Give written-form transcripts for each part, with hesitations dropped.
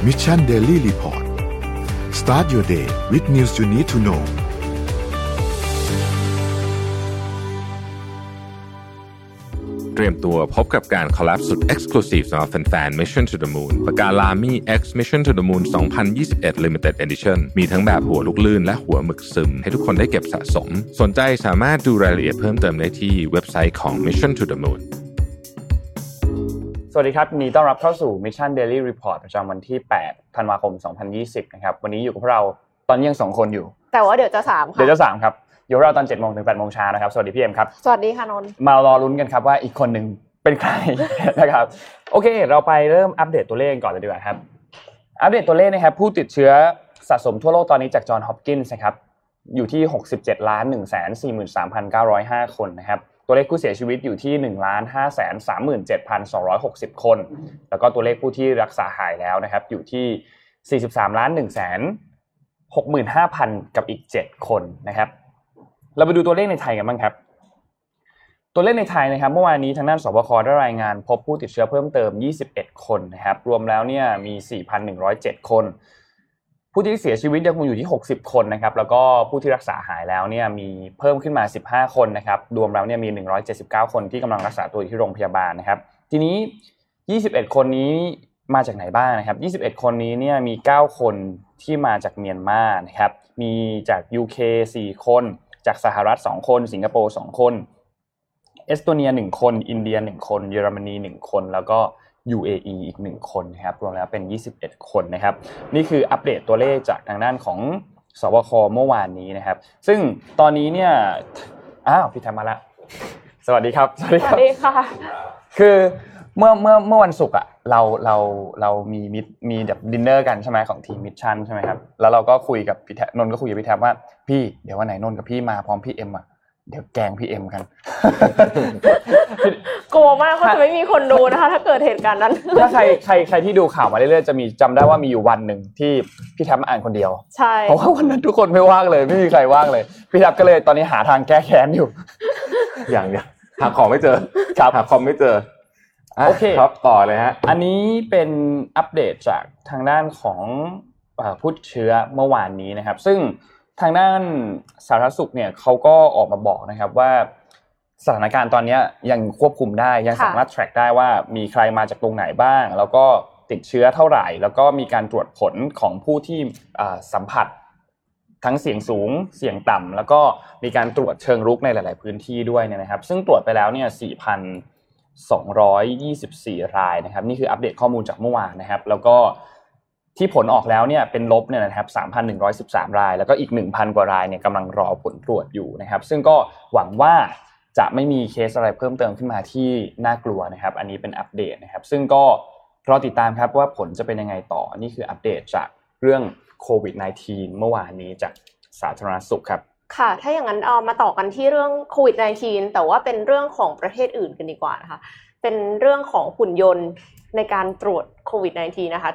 Mission Daily Report Start your day with news you need to know เตรียมตัวพบกับการคอลแลบสุด Exclusive สำหรับแฟนๆ Mission to the Moon ปากกา Lamy X Mission to the Moon 2021 Limited Edition มีทั้งแบบหัวลูกลื่นและหัวหมึกซึมให้ทุกคนได้เก็บสะสมสนใจสามารถดูรายละเอียดเพิ่มเติมได้ที่เว็บไซต์ของ Mission to the Moon สวัสดีครับยินดีต้อนรับเข้าสู่ Mission Daily Report ประจำวันที่8ธันวาคม2020นะครับวันนี้อยู่กับเราตอนนี้ยัง2คนอยู่แต่ว่าเดี๋ยวจะ3ค่ะเดี๋ยวจะ3ครับอยู่เราตอน 7:00 นถึง 8:00 นนะครับสวัสดีพี่เอ็มครับสวัสดีค่ะนนท์มารอลุ้นกันครับว่าอีกคนนึงเป็นใคร นะครับโอเคเราไปเริ่มอัปเดตตัวเลขก่อนเลยดีกว่าครับอัปเดตตัวเลขนะครับผู้ติดเชื้อสะสมทั่วโลกตอนนี้จากจอห์นฮอปกินส์นะครับอยู่ที่ 67,143,905 คนนะครับตัวเลขผู้เสียชีวิตอยู่ที่ 1,537,260 คนแล้วก็ตัวเลขผู้ที่รักษาหายแล้วนะครับอยู่ที่ 43,165,000 กับอีก7คนนะครับเราไปดูตัวเลขในไทยกันบ้างครับตัวเลขในไทยนะครับเมื่อวานนี้ทางด้านสบคได้รายงานพบผู้ติดเชื้อเพิ่มเติม21คนนะครับรวมแล้วเนี่ยมี 4,107 คนผู้ที่เสียชีวิตยังคงอยู่ที่60คนนะครับแล้วก็ผู้ที่รักษาหายแล้วเนี่ยมีเพิ่มขึ้นมา15คนนะครับรวมแล้วเนี่ยมี179คนที่กำลังรักษาตัวอยู่ที่โรงพยาบาลนะครับทีนี้21คนนี้มาจากไหนบ้างนะครับ21คนนี้เนี่ยมี9คนที่มาจากเมียนมานะครับมีจาก UK 4คนจากสหรัฐ2คนสิงคโปร์2คนเอสโตเนีย1คนอินเดีย1คนเยอรมนี1คนแล้วก็ UAE อีก1คนนะครับรวมแล้วเป็น21คนนะครับนี่คืออัปเดตตัวเลขจากทางด้านของสบคเมื่อวานนี้นะครับซึ่งตอนนี้เนี่ยพี่ธรรมมาละสวัสดีครับสวัสดีค่ะคือเมื่อวันศุกร์อ่ะเรามีแบบดินเนอร์กันใช่ไหมของทีมมิชชั่นใช่ไหมครับแล้วเราก็คุยกับพี่แทนนท์ก็คุยกับพี่แทนว่าพี่เดี๋ยววันไหนนนท์กับพี่มาพร้อมพี่เอ็มอ่ะเดี๋ยวแกล้งพี่เอ็มกันกลัวมากว่าจะไม่มีคนดูนะคะถ้าเกิดเหตุการณ์นั้นถ้าใครที่ดูข่าวมาเรื่อยๆจะมีจำได้ว่ามีอยู่วันนึงที่พี่แทนมาอ่านคนเดียวใช่เพราะว่าวันนั้นทุกคนไม่ว่างเลยไม่มีใครว่างเลยพี่แทนก็เลยตอนนี้หาทางแก้แค้นอยู่อย่างเดียวหาของไม่เจอหาคอมไม่เจอโอเคครับต่อเลยฮะอันนี้เป็นอัปเดตจากทางด้านของผู้ติดเชื้อเมื่อวานนี้นะครับซึ่งทางด้านสาธารณสุขเนี่ยเขาก็ออกมาบอกนะครับว่าสถานการณ์ตอนนี้ยังควบคุมได้ยังสามารถ track ได้ว่ามีใครมาจากตรงไหนบ้างแล้วก็ติดเชื้อเท่าไหร่แล้วก็มีการตรวจผลของผู้ที่สัมผัสทั้งเสี่ยงสูงเสี่ยงต่ำแล้วก็มีการตรวจเชิงรุกในหลายๆพื้นที่ด้วยนะครับซึ่งตรวจไปแล้วเนี่ย4,224 รายนะครับนี่คืออัปเดตข้อมูลจากเมื่อวานนะครับแล้วก็ที่ผลออกแล้วเนี่ยเป็นลบเนี่ยนะครับ 3,113 รายแล้วก็อีก 1,000 กว่ารายเนี่ยกำลังรอผลตรวจอยู่นะครับซึ่งก็หวังว่าจะไม่มีเคสอะไรเพิ่มเติมขึ้นมาที่น่ากลัวนะครับอันนี้เป็นอัปเดตนะครับซึ่งก็รอติดตามครับว่าผลจะเป็นยังไงต่อนี่คืออัปเดตจากเรื่องโควิด -19 เมื่อวานนี้จากสาธารณสุขครับค่ะถ้าอย่างนั้นมาต่อกันที่เรื่องโควิด -19 แต่ว่าเป็นเรื่องของประเทศอื่นกันดีกว่านะคะเป็นเรื่องของหุ่นยนต์ในการตรวจโควิด -19 นะคะ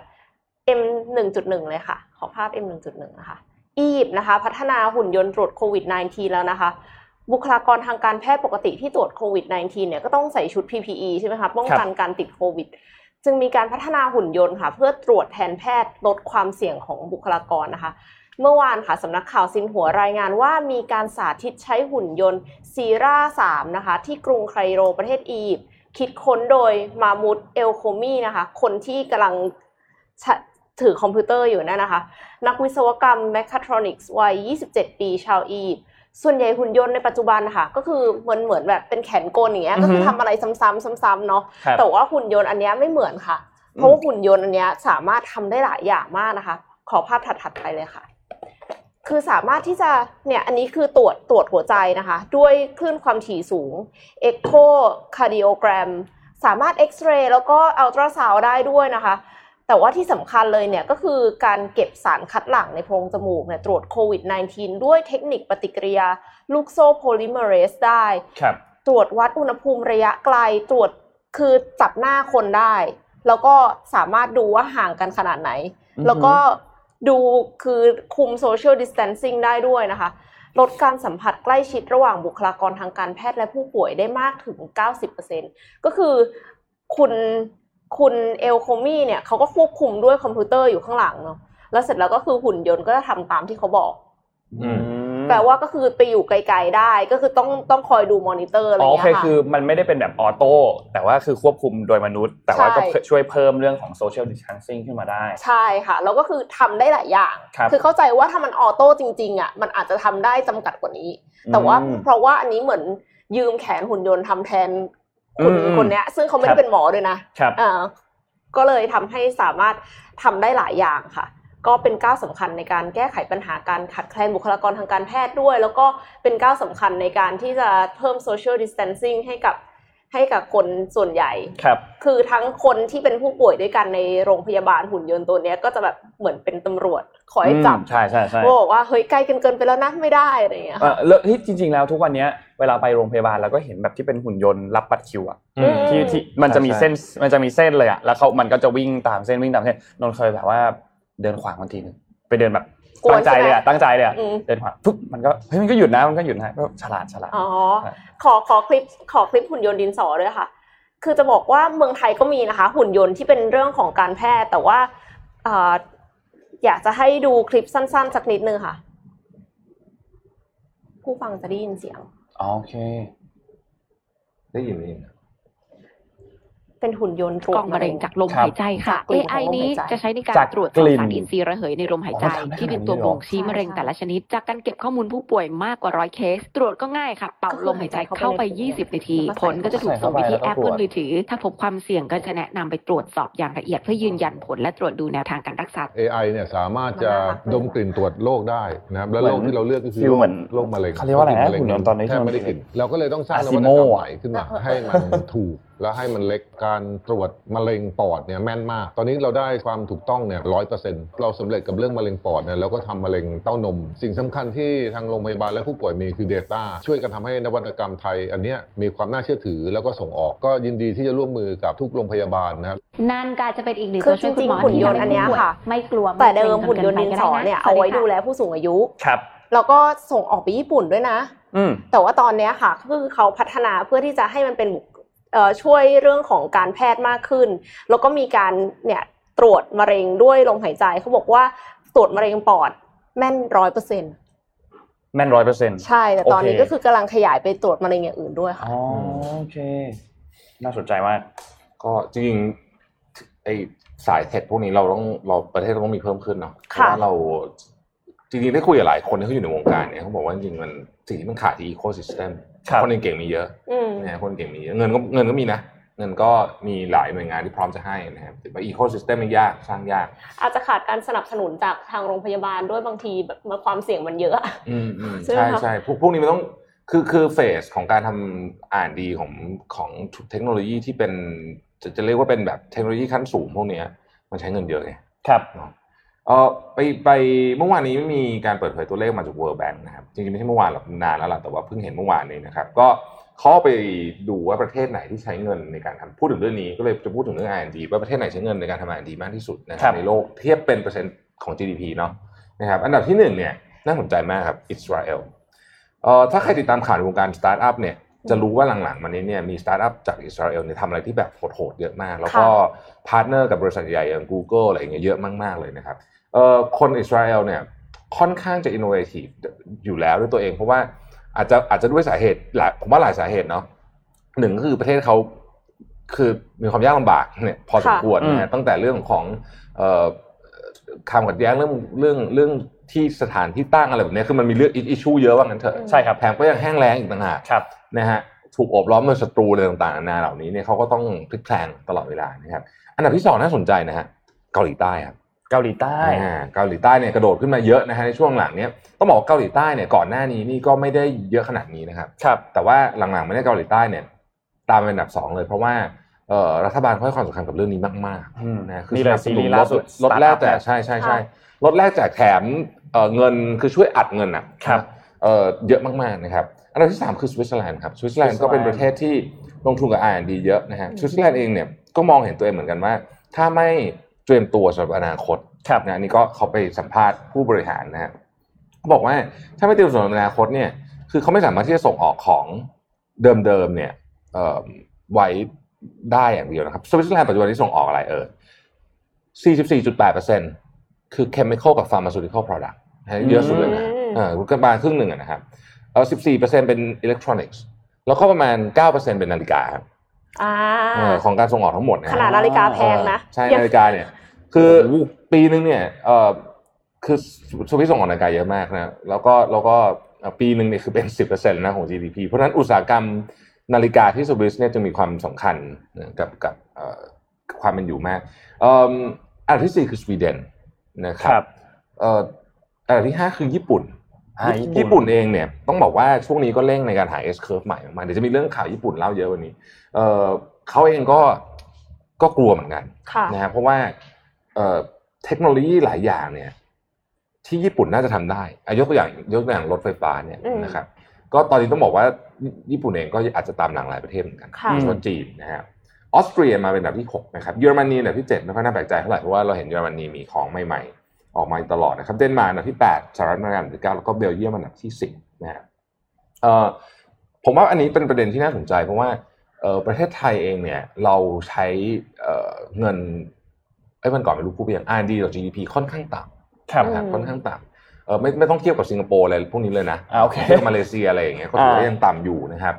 M1.1 เลยค่ะขอภาพ M1.1 นะคะอียิปต์นะคะพัฒนาหุ่นยนต์ตรวจโควิด -19 แล้วนะคะบุคลากรทางการแพทย์ปกติที่ตรวจโควิด -19 เนี่ยก็ต้องใส่ชุด PPE ใช่ไหมคะป้องกันการติดโควิดจึงมีการพัฒนาหุ่นยนต์ค่ะเพื่อตรวจแทนแพทย์ลดความเสี่ยงของบุคลากรนะคะเมื่อวานค่ะสำนักข่าวซินหัวรายงานว่ามีการสาธิตใช้หุ่นยนต์ซีรา3นะคะที่กรุงไคโรประเทศอียิปต์คิดค้นโดยมามูดเอลโคมีนะคะคนที่กำลังถือคอมพิวเตอร์อยู่นั่นนะคะนักวิศวกรรมแมคคาทรอนิกส์วัย27ปีชาวอียิปต์ส่วนใหญ่หุ่นยนต์ในปัจจุบันค่ะก็คือเหมือนแบบเป็นแขนกลอย่างเงี้ยก็คือทำอะไรซ้ำๆเนาะแต่ว่าหุ่นยนต์อันนี้ไม่เหมือนค่ะเพราะว่าหุ่นยนต์อันนี้สามารถทำได้หลายอย่างมากนะคะขอภาพถัดไปเลยค่ะคือสามารถที่จะเนี่ยอันนี้คือตรวจหัวใจนะคะด้วยคลื่นความถี่สูง Echo Cardiogram สามารถเอ็กซเรย์แล้วก็อัลตราซาวด์ได้ด้วยนะคะแต่ว่าที่สำคัญเลยเนี่ยก็คือการเก็บสารคัดหลั่งในโพรงจมูกเนี่ยตรวจโควิด -19 ด้วยเทคนิคปฏิกิริยาลูกโซ่โพลิเมเรสได้ตรวจวัดอุณหภูมิระยะไกลตรวจคือจับหน้าคนได้แล้วก็สามารถดูว่าห่างกันขนาดไหนแล้วก็ดูคือคุม social distancing ได้ด้วยนะคะลดการสัมผัสใกล้ชิดระหว่างบุคลากรทางการแพทย์และผู้ป่วยได้มากถึง 90% ก็คือคุณเอลโคมี่เนี่ยเขาก็ควบคุมด้วยคอมพิวเตอร์อยู่ข้างหลังเนาะแล้วเสร็จแล้วก็คือหุ่นยนต์ก็จะทำตามที่เขาบอกแปลว่าก็คือไปอยู่ไกลๆได้ก็คือต้องคอยดูมอนิเตอร์อะไรอย่างเงี้ยค่ะโอเคคือมันไม่ได้เป็นแบบออโต้แต่ว่าคือควบคุมโดยมนุษย์แต่ว่าก็ช่วยเพิ่มเรื่องของ social distancing ขึ้นมาได้ใช่ค่ะแล้วก็คือทำได้หลายอย่างคือเข้าใจว่าถ้ามันออโต้จริงๆอ่ะมันอาจจะทำได้จำกัดกว่านี้แต่ว่าเพราะว่าอันนี้เหมือนยืมแขนหุ่นยนต์ทำแทนคนเนี้ยซึ่งเขาไม่ได้เป็นหมอด้วยนะก็เลยทำให้สามารถทำได้หลายอย่างค่ะก็เป็นก้าวสำคัญในการแก้ไขปัญหาการขาดแคลนบุคลากรทางการแพทย์ด้วยแล้วก็เป็นก้าวสำคัญในการที่จะเพิ่ม social distancing ให้กับคนส่วนใหญ่คือทั้งคนที่เป็นผู้ป่วยด้วยกันในโรงพยาบาลหุ่นยนต์ตัวนี้ก็จะแบบเหมือนเป็นตำรวจคอยจับใช่บอกว่าเฮ้ยใกล้เกินไปแล้วนะไม่ได้อะไรอย่างเงี้ยแล้วที่จริงๆแล้วทุกวันนี้เวลาไปโรงพยาบาลเราก็เห็นแบบที่เป็นหุ่นยนต์รับบัตรคิวอ่ะที่มันจะมีเส้นเลยอ่ะแล้วมันก็จะวิ่งตามเส้นนนเคยแบบว่าเดินขวางบางทีนึงไปเดินแบบตั้งใจเลยอ่ะเดินขวางปุ๊บมันก็หยุดนะก็ฉลาดอ๋อขอคลิปหุ่นยนต์ดินสอด้วยค่ะคือจะบอกว่าเมืองไทยก็มีนะคะหุ่นยนต์ที่เป็นเรื่องของการแพทย์แต่ว่าอยากจะให้ดูคลิปสั้นๆสักนิดนึงค่ะผู้ฟังจะได้ยินเสียงโอเคได้ยินเป็นหุ่นยนต์กล่องมะเร็งจากลมหายใจค่ะ AI นี้จะใช้ในการตรวจสารอินทรีย์ระเหยในลมหายใจที่เป็นตัวบ่งชี้มะเร็งแต่ละชนิดจากการเก็บข้อมูลผู้ป่วยมากกว่า100เคสตรวจก็ง่ายค่ะเป่าลมหายใจเข้าไป20นาทีผลก็จะถูกส่งไปที่แอปบนมือถือถ้าพบความเสี่ยงก็จะแนะนำไปตรวจสอบอย่างละเอียดเพื่อยืนยันผลและตรวจดูแนวทางการรักษา AI เนี่ยสามารถจะดมกลิ่นตรวจโรคได้นะครับและโรคที่เราเลือกก็คือโรคมะเร็งเขาเรียกว่าอะไรนะหุ่นยนต์ตอนนี้แทบไม่ได้กลิ่นเราก็เลยต้องสร้างนวัตกรรมใหม่ขึ้นมาให้มันถูกแล้วให้มันเล็กการตรวจมะเร็งปอดเนี่ยแม่นมากตอนนี้เราได้ความถูกต้องเนี่ย 100% เราสำเร็จกับเรื่องมะเร็งปอดเนี่ยแล้วก็ทำมะเร็งเต้านมสิ่งสำคัญที่ทางโรงพยาบาลและผู้ป่วยมีคือ Data ช่วยกันทำให้นวัตกรรมไทยอันนี้มีความน่าเชื่อถือแล้วก็ส่งออกก็ยินดีที่จะร่วมมือกับทุกโรงพยาบาลนะครับนั่นก็จะเป็นอีกหนึ่งตัวช่วยคุณหมอหุ่นยนต์อันนี้ค่ะไม่กลัวแต่เดิมหุ่นยนต์ดินสอเนี่ยเอาไว้ดูแลผู้สูงอายุแล้วก็ส่งออกไปญี่ปุ่นด้วยนะแต่ว่าตอนนี้ค่ะคือเขาพัฒนาเพื่อที่จะให้มันเป็นช่วยเรื่องของการแพทย์มากขึ้นแล้วก็มีการเนี่ยตรวจมะเร็งด้วยลมหายใจเขาบอกว่าตรวจมะเร็งปอดแม่น 100% แม่น 100% ใช่แต่ตอนนี้ก็คือกำลังขยายไปตรวจมะเร็งอย่างอื่นด้วยค่ะโอเคน่าสนใจมากก็จริงๆไอ้สายเทคพวกนี้เราประเทศต้องมีเพิ่มขึ้นเนาะเพราะว่าเราจริงๆได้คุยกับหลายคนที่เขาอยู่ในวงการเนี่ยเขาบอกว่าจริงๆมันสิ่งที่มันขาดที่ ecosystem คนเก่งมีเยอะนะคนเก่งมีเยอะเงินก็มีนะเงินก็มีหลายหน่วยงานที่พร้อมจะให้นะครับแต่ว่า ecosystem มันยากสร้างยากอาจจะขาดการสนับสนุนจากทางโรงพยาบาลด้วยบางทีแบบความเสี่ยงมันเยอะใช่พวกนี้มันต้องคือเฟสของการทำR&Dของเทคโนโลยีที่เป็นจะเรียกว่าเป็นแบบเทคโนโลยีขั้นสูงพวกนี้มันใช้เงินเยอะไงครับไปเมื่อวานนี้มีการเปิดเผยตัวเลขมาจาก World Bank นะครับจริงๆไม่ใช่เมื่อวานหรอกนานแล้วล่ะแต่ว่าเพิ่งเห็นเมื่อวานนี้นะครับก็เขาไปดูว่าประเทศไหนที่ใช้เงินในการทำพูดถึงเรื่องนี้ก็เลยจะพูดถึงเรื่อง R&D ว่าประเทศไหนใช้เงินในการทำ R&D มากที่สุดนะครับในโลกเทียบเป็นเปอร์เซ็นต์ของ GDP เนาะนะครับอันดับที่1เนี่ยน่าสนใจมากครับอิสราเอลถ้าใครติดตามข่าวในวงการสตาร์ทอัพเนี่ยจะรู้ว่าหลังๆมานี้เนี่ยมีสตาร์ทอัพจากอิสราเอลเนี่ยทำอะไรที่แบบโหดๆเยอะมากแล้วก็พาร์ทเนอร์กับบริษัทใหญ่อย่าง Google อะไรอย่างเงี้ยเยอะมากๆเลยนะครับคนอิสราเอลเนี่ยค่อนข้างจะอินโนเวทีฟอยู่แล้วด้วยตัวเองเพราะว่าอาจจะด้วยสาเหตุผมว่าหลายสาเหตุเนาะหนึ่งก็คือประเทศเขาคือมีความยากลำบากเนี่ยพอสมควรนะตั้งแต่เรื่องของความขัดแย้งเรื่องที่สถานที่ตั้งอะไรแบบนี้คือมันมีเรื่องอิชชูเยอะว่างั้นเถอะใช่ครับแถมก็ยังแห้งแล้งอีกต่างหากนะฮะถูกโอบล้อมด้วยศัตรูอะไรต่างๆนานาเหล่านี้เนี่ยเขาก็ต้องพลิกแพลงตลอดเวลานะครับอันดับที่2น่าสนใจนะฮะเกาหลีใต้ครับเกาหลีใต้เนี่ยกระโดดขึ้นมาเยอะนะฮะในช่วงหลังเนี้ยต้องบอกว่าเกาหลีใต้เนี่ยก่อนหน้านี้นี่ก็ไม่ได้เยอะขนาดนี้นะครับแต่ว่าหลังๆไม่ได้เกาหลีใต้เนี่ยตามเป็นอันดับ2เลยเพราะว่ารัฐบาลให้ความสำคัญกับเรื่องนี้มากๆนะคือซีรีส์ล่าสุดลดแรกแต่ใช่ลดแรกแจกแถมเงินคือช่วยอัดเงินอ่ะเยอะมากๆนะครับอันดับที่3คือสวิตเซอร์แลนด์ครับสวิตเซอร์แลนด์ก็เป็นประเทศที่ลงทุนกับ R&D เยอะนะฮะสวิตเซอร์แลนด์เองเนี่ยก็มองเห็นตัวเองเหมือนกันว่าถ้าไม่เตรียมตัวสำหรับอนาคตนะนี่ก็เขาไปสัมภาษณ์ผู้บริหารนะฮะเขาบอกว่าถ้าไม่เตรียมตัวสำหรับอนาคตเนี่ยคือเขาไม่สามารถที่จะส่งออกของเดิมๆเนี่ยไว้ได้อย่างเดียวนะครับสวิตเซอร์แลนด์ปัจจุบันนี้ส่งออกอะไร44.8% คือ chemical กับ pharmaceutical product เยอะสุดเลยนะก็ประมาณครึ่งหนึ่งนะครับ14% เป็น electronics แล้วก็ประมาณ 9% เป็นนาฬิกาครับของการส่งออกทั้งหมดนะขนาดนาฬิกาแพงนะใช่นาฬิกาเนี่ยคือปีนึงเนี่ยคือสวิตส่งออกนาฬิกาเยอะมากนะแล้วก็ปีนึงเนี่ยคือเป็น 10% นะของ GDP เพราะฉะนั้นอุตสาหกรรมนาฬิกาที่สวิตเนี่ยจะมีความสำคัญกับความเป็นอยู่มากอันดับที่4คือสวีเดนนะครับอันดับที่5คือญี่ปุ่นเองเนี่ยต้องบอกว่าช่วงนี้ก็เร่งในการหา S curve ใหม่ออกมาเดี๋ยวจะมีเรื่องข่าวญี่ปุ่นเล่าเยอะวันนี้เขาเองก็กลัวเหมือนกันนะฮะเพราะว่าเทคโนโลยีหลายอย่างเนี่ยที่ญี่ปุ่นน่าจะทำได้ยกตัวอย่างรถไฟฟ้าเนี่ยนะครับก็ตอนนี้ต้องบอกว่าญี่ปุ่นเองก็อาจจะตามหลังหลายประเทศเหมือนกันโดยเฉพาะจีนนะฮะออสเตรียมาเป็นอันดับที่6นะครับเยอรมนีอันดับที่7ไม่ค่อยน่าแปลกใจเท่าไหร่เพราะว่าเราเห็นเยอรมนีมีของใหม่ๆออกมาตลอดนะครับเดนมาร์กอันดับที่8สหรัฐอเมริกาอันดับที่9แล้วก็เบลเยียมอันดับที่10นะฮะผมว่าอันนี้เป็นประเด็นที่น่าสนใจเพราะว่าประเทศไทยเองเนี่ยเราใช้เงินวันก่อนไม่รู้พูดไปอย่าง R&D ต่อ GDP ค่อนข้างต่ำนะครับค่อนข้างต่ำไม่ต้องเทียบกับสิงคโปร์อะไรพวกนี้เลยนะเทียบกับมาเลเซียอะไรอย่างเงี้ยก็ถือว่ายังต่ำอยู่นะครับ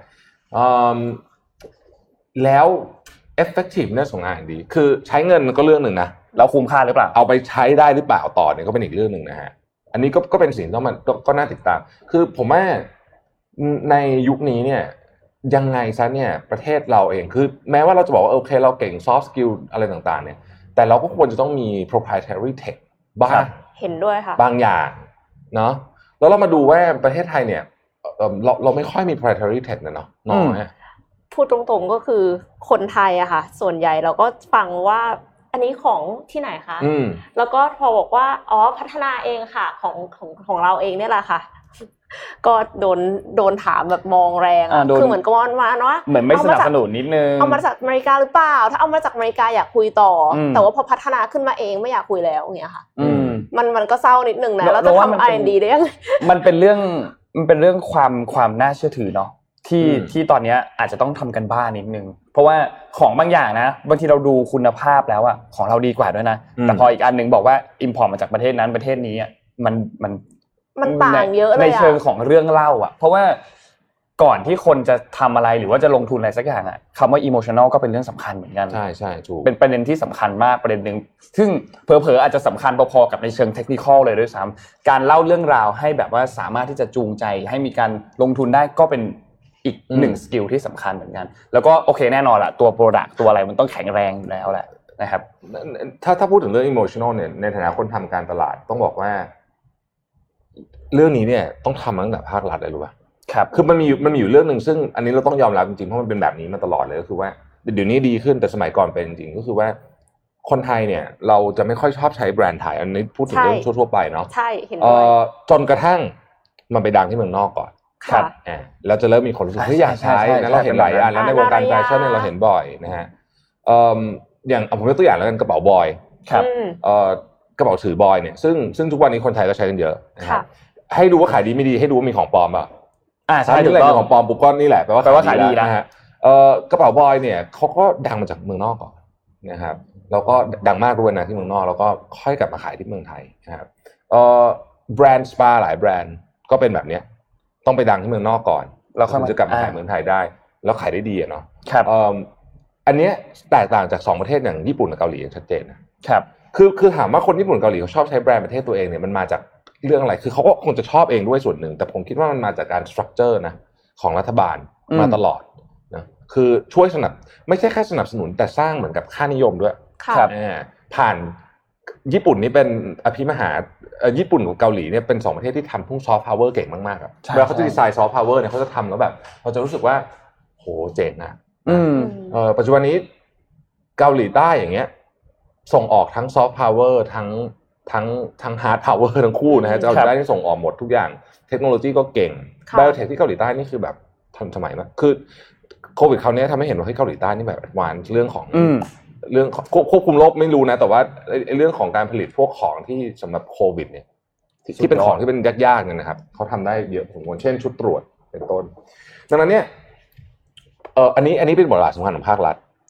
แล้ว effectiveness ของ R&D คือใช้เงินก็เรื่องหนึ่งนะแล้วคุ้มค่าหรือเปล่าเอาไปใช้ได้หรือเปล่าต่อเนี่ยก็เป็นอีกเรื่องหนึ่งนะฮะอันนี้ก็เป็นสิ่งที่ต้องมันก็น่าติดตามคือผมว่าในยุคนี้เนี่ยยังไงซะเนี่ยประเทศเราเองคือแม้ว่าเราจะบอกว่าโอเคเราเก่ง soft skill อะไรต่างๆเนี่ยแต่เราก็ควรจะต้องมี proprietary tech บ้างเห็นด้วยค่ะบางอย่างเนาะแล้วเรามาดูว่าประเทศไทยเนี่ยเราไม่ค่อยมี proprietary tech นะเนาะน้อยพูดตรงๆก็คือคนไทยอะค่ะส่วนใหญ่เราก็ฟังว่าอันนี้ของที่ไหนคะแล้วก็พอบอกว่าอ๋อพัฒนาเองค่ะของเราเองเนี่ยแหละค่ะก็โดนถามแบบมองแรงคือเหมือนกับว่าเนาะเหมือนไม่สนับสนุนนิดนึงเอามาจากอเมริกาหรือเปล่าถ้าเอามาจากอเมริกาอยากคุยต่อแต่ว่าพอพัฒนาขึ้นมาเองไม่อยากคุยแล้วอย่างเงี้ยค่ะมันก็เศร้านิดนึงนะแล้วจะทำ R&D ได้ยังไงมันเป็นเรื่องความน่าเชื่อถือเนาะที่ตอนนี้อาจจะต้องทำกันบ้านนิดนึงเพราะว่าของบางอย่างนะบางทีเราดูคุณภาพแล้วอะของเราดีกว่าด้วยนะแต่พออีกอันนึงบอกว่า import มาจากประเทศนั้นประเทศนี้มันต่างเยอะเลยในเชิงของเรื่องเล่าอ่ะเพราะว่าก่อนที่คนจะทำอะไรหรือว่าจะลงทุนอะไรสักอย่างอ่ะคำว่า emotional ก็เป็นเรื่องสำคัญเหมือนกันใช่ถูกเป็นประเด็นที่สำคัญมากประเด็นนึงซึ่งเผลอๆอาจจะสำคัญพอๆกับในเชิงเทคนิคอลเลยด้วยซ้ำการเล่าเรื่องราวให้แบบว่าสามารถที่จะจูงใจให้มีการลงทุนได้ก็เป็นอีกหนึ่งสกิลที่สำคัญเหมือนกันแล้วก็โอเคแน่นอนละตัว product ตัวอะไรมันต้องแข็งแรงอยู่แล้วแหละนะครับถ้าพูดถึงเรื่อง emotional เนี่ยในฐานะคนทำการตลาดต้องบอกว่าเรื่องนี้เนี่ยต้องทำตั้งแต่ภาครัฐเลยรู้ป่ะครับคือมันมีอยู่เรื่องนึงซึ่งอันนี้เราต้องยอมรับจริงๆเพราะมันเป็นแบบนี้มาตลอดเลยก็คือว่าเดี๋ยวนี้ดีขึ้นแต่สมัยก่อนเป็นจริงก็คือว่าคนไทยเนี่ยเราจะไม่ค่อยชอบใช้แบรนด์ไทยอันนี้พูดถึงเรื่องทั่วๆไปเนาะใช่เห็นด้วยจนกระทั่งมันไปดังที่เมืองนอกก่อนครับแล้วจะเริ่มมีคนรู้สึกเฮ้ยอยากใช้นะเราเห็นหลายอันแล้วในวงการแฟชั่นเนี่ยเราเห็นบ่อยนะฮะอย่างผมยกตัวอย่างแล้วกันกระเป๋าบอยครับกระเป๋าถือบอยเนี่ยซึ่งทุกวันนี้คนไทยก็ใช้กันเยอะนะครับให้ดูว่าขายดีไม่ดีให้ดูว่ามีของปลอมป่ะใช่ถูกต้องของปลอมปุ๊บก้อนนี่แหละแปลว่าขายดีนะฮะกระเป๋าบอยเนี่ยเขาก็ดังมาจากเมืองนอกก่อนนะครับแล้วก็ดังมากด้วยนะที่เมืองนอกแล้วก็ค่อยกลับมาขายที่เมืองไทยนะครับแบรนด์สปาหลายแบรนด์ก็เป็นแบบเนี้ยต้องไปดังที่เมืองนอกก่อนแล้วค่อยจะกลับมาขายเมืองไทยได้แล้วขายได้ดีอ่ะเนาะครับอันเนี้ยแตกต่างจาก2ประเทศอย่างญี่ปุ่นกับเกาหลีอย่างชัดเจนนะครับคือถามว่าคนญี่ปุ่นเกาหลีเขาชอบใช้แบรนด์ประเทศตัวเองเนี่ยมันมาจากเรื่องอะไรคือเขาก็คงจะชอบเองด้วยส่วนหนึ่งแต่ผมคิดว่ามันมาจากการสตรัคเจอร์นะของรัฐบาลมาตลอดนะคือช่วยไม่ใช่แค่สนับสนุนแต่สร้างเหมือนกับค่านิยมด้วยครับผ่านญี่ปุ่นนี่เป็นอภิมหาญี่ปุ่นกับเกาหลีเนี่ยเป็น2ประเทศที่ทำพุ่งซอฟต์พาวเวอร์เก่งมากๆครับเวลาเขาจะดีไซน์ซอฟต์พาวเวอร์เนี่ยเขาจะทำแล้วแบบเราจะรู้สึกว่าโหเจ๋งนะปัจจุบันนี้เกาหลีใต้อย่างเงี้ยส่งออกทั้งซอฟต์พาวเวอร์ทั้งฮาร์ดพาวเวอร์ทั้งคู่นะฮะเกาหลีใต้นี่ส่งออกหมดทุกอย่างเทคโนโลยีก็เก่งไบโอเทคที่เกาหลีใต้นี่คือแบบทันสมัยมากคือโควิดคราวนี้ทำให้เห็นว่าเกาหลีใต้นี่แบบแอดวานซ์เรื่องควบคุมโรคไม่รู้นะแต่ว่าเรื่องของการผลิตพวกของที่สำหรับโควิดเนี่ยที่เป็นของที่เป็นยากๆเนี่ยนะครับเขาทำได้เยอะผมว่าเช่นชุดตรวจเป็นต้นดังนั้นเนี่ยอันนี้เป็นบทบาทสำคัญของภาครัฐ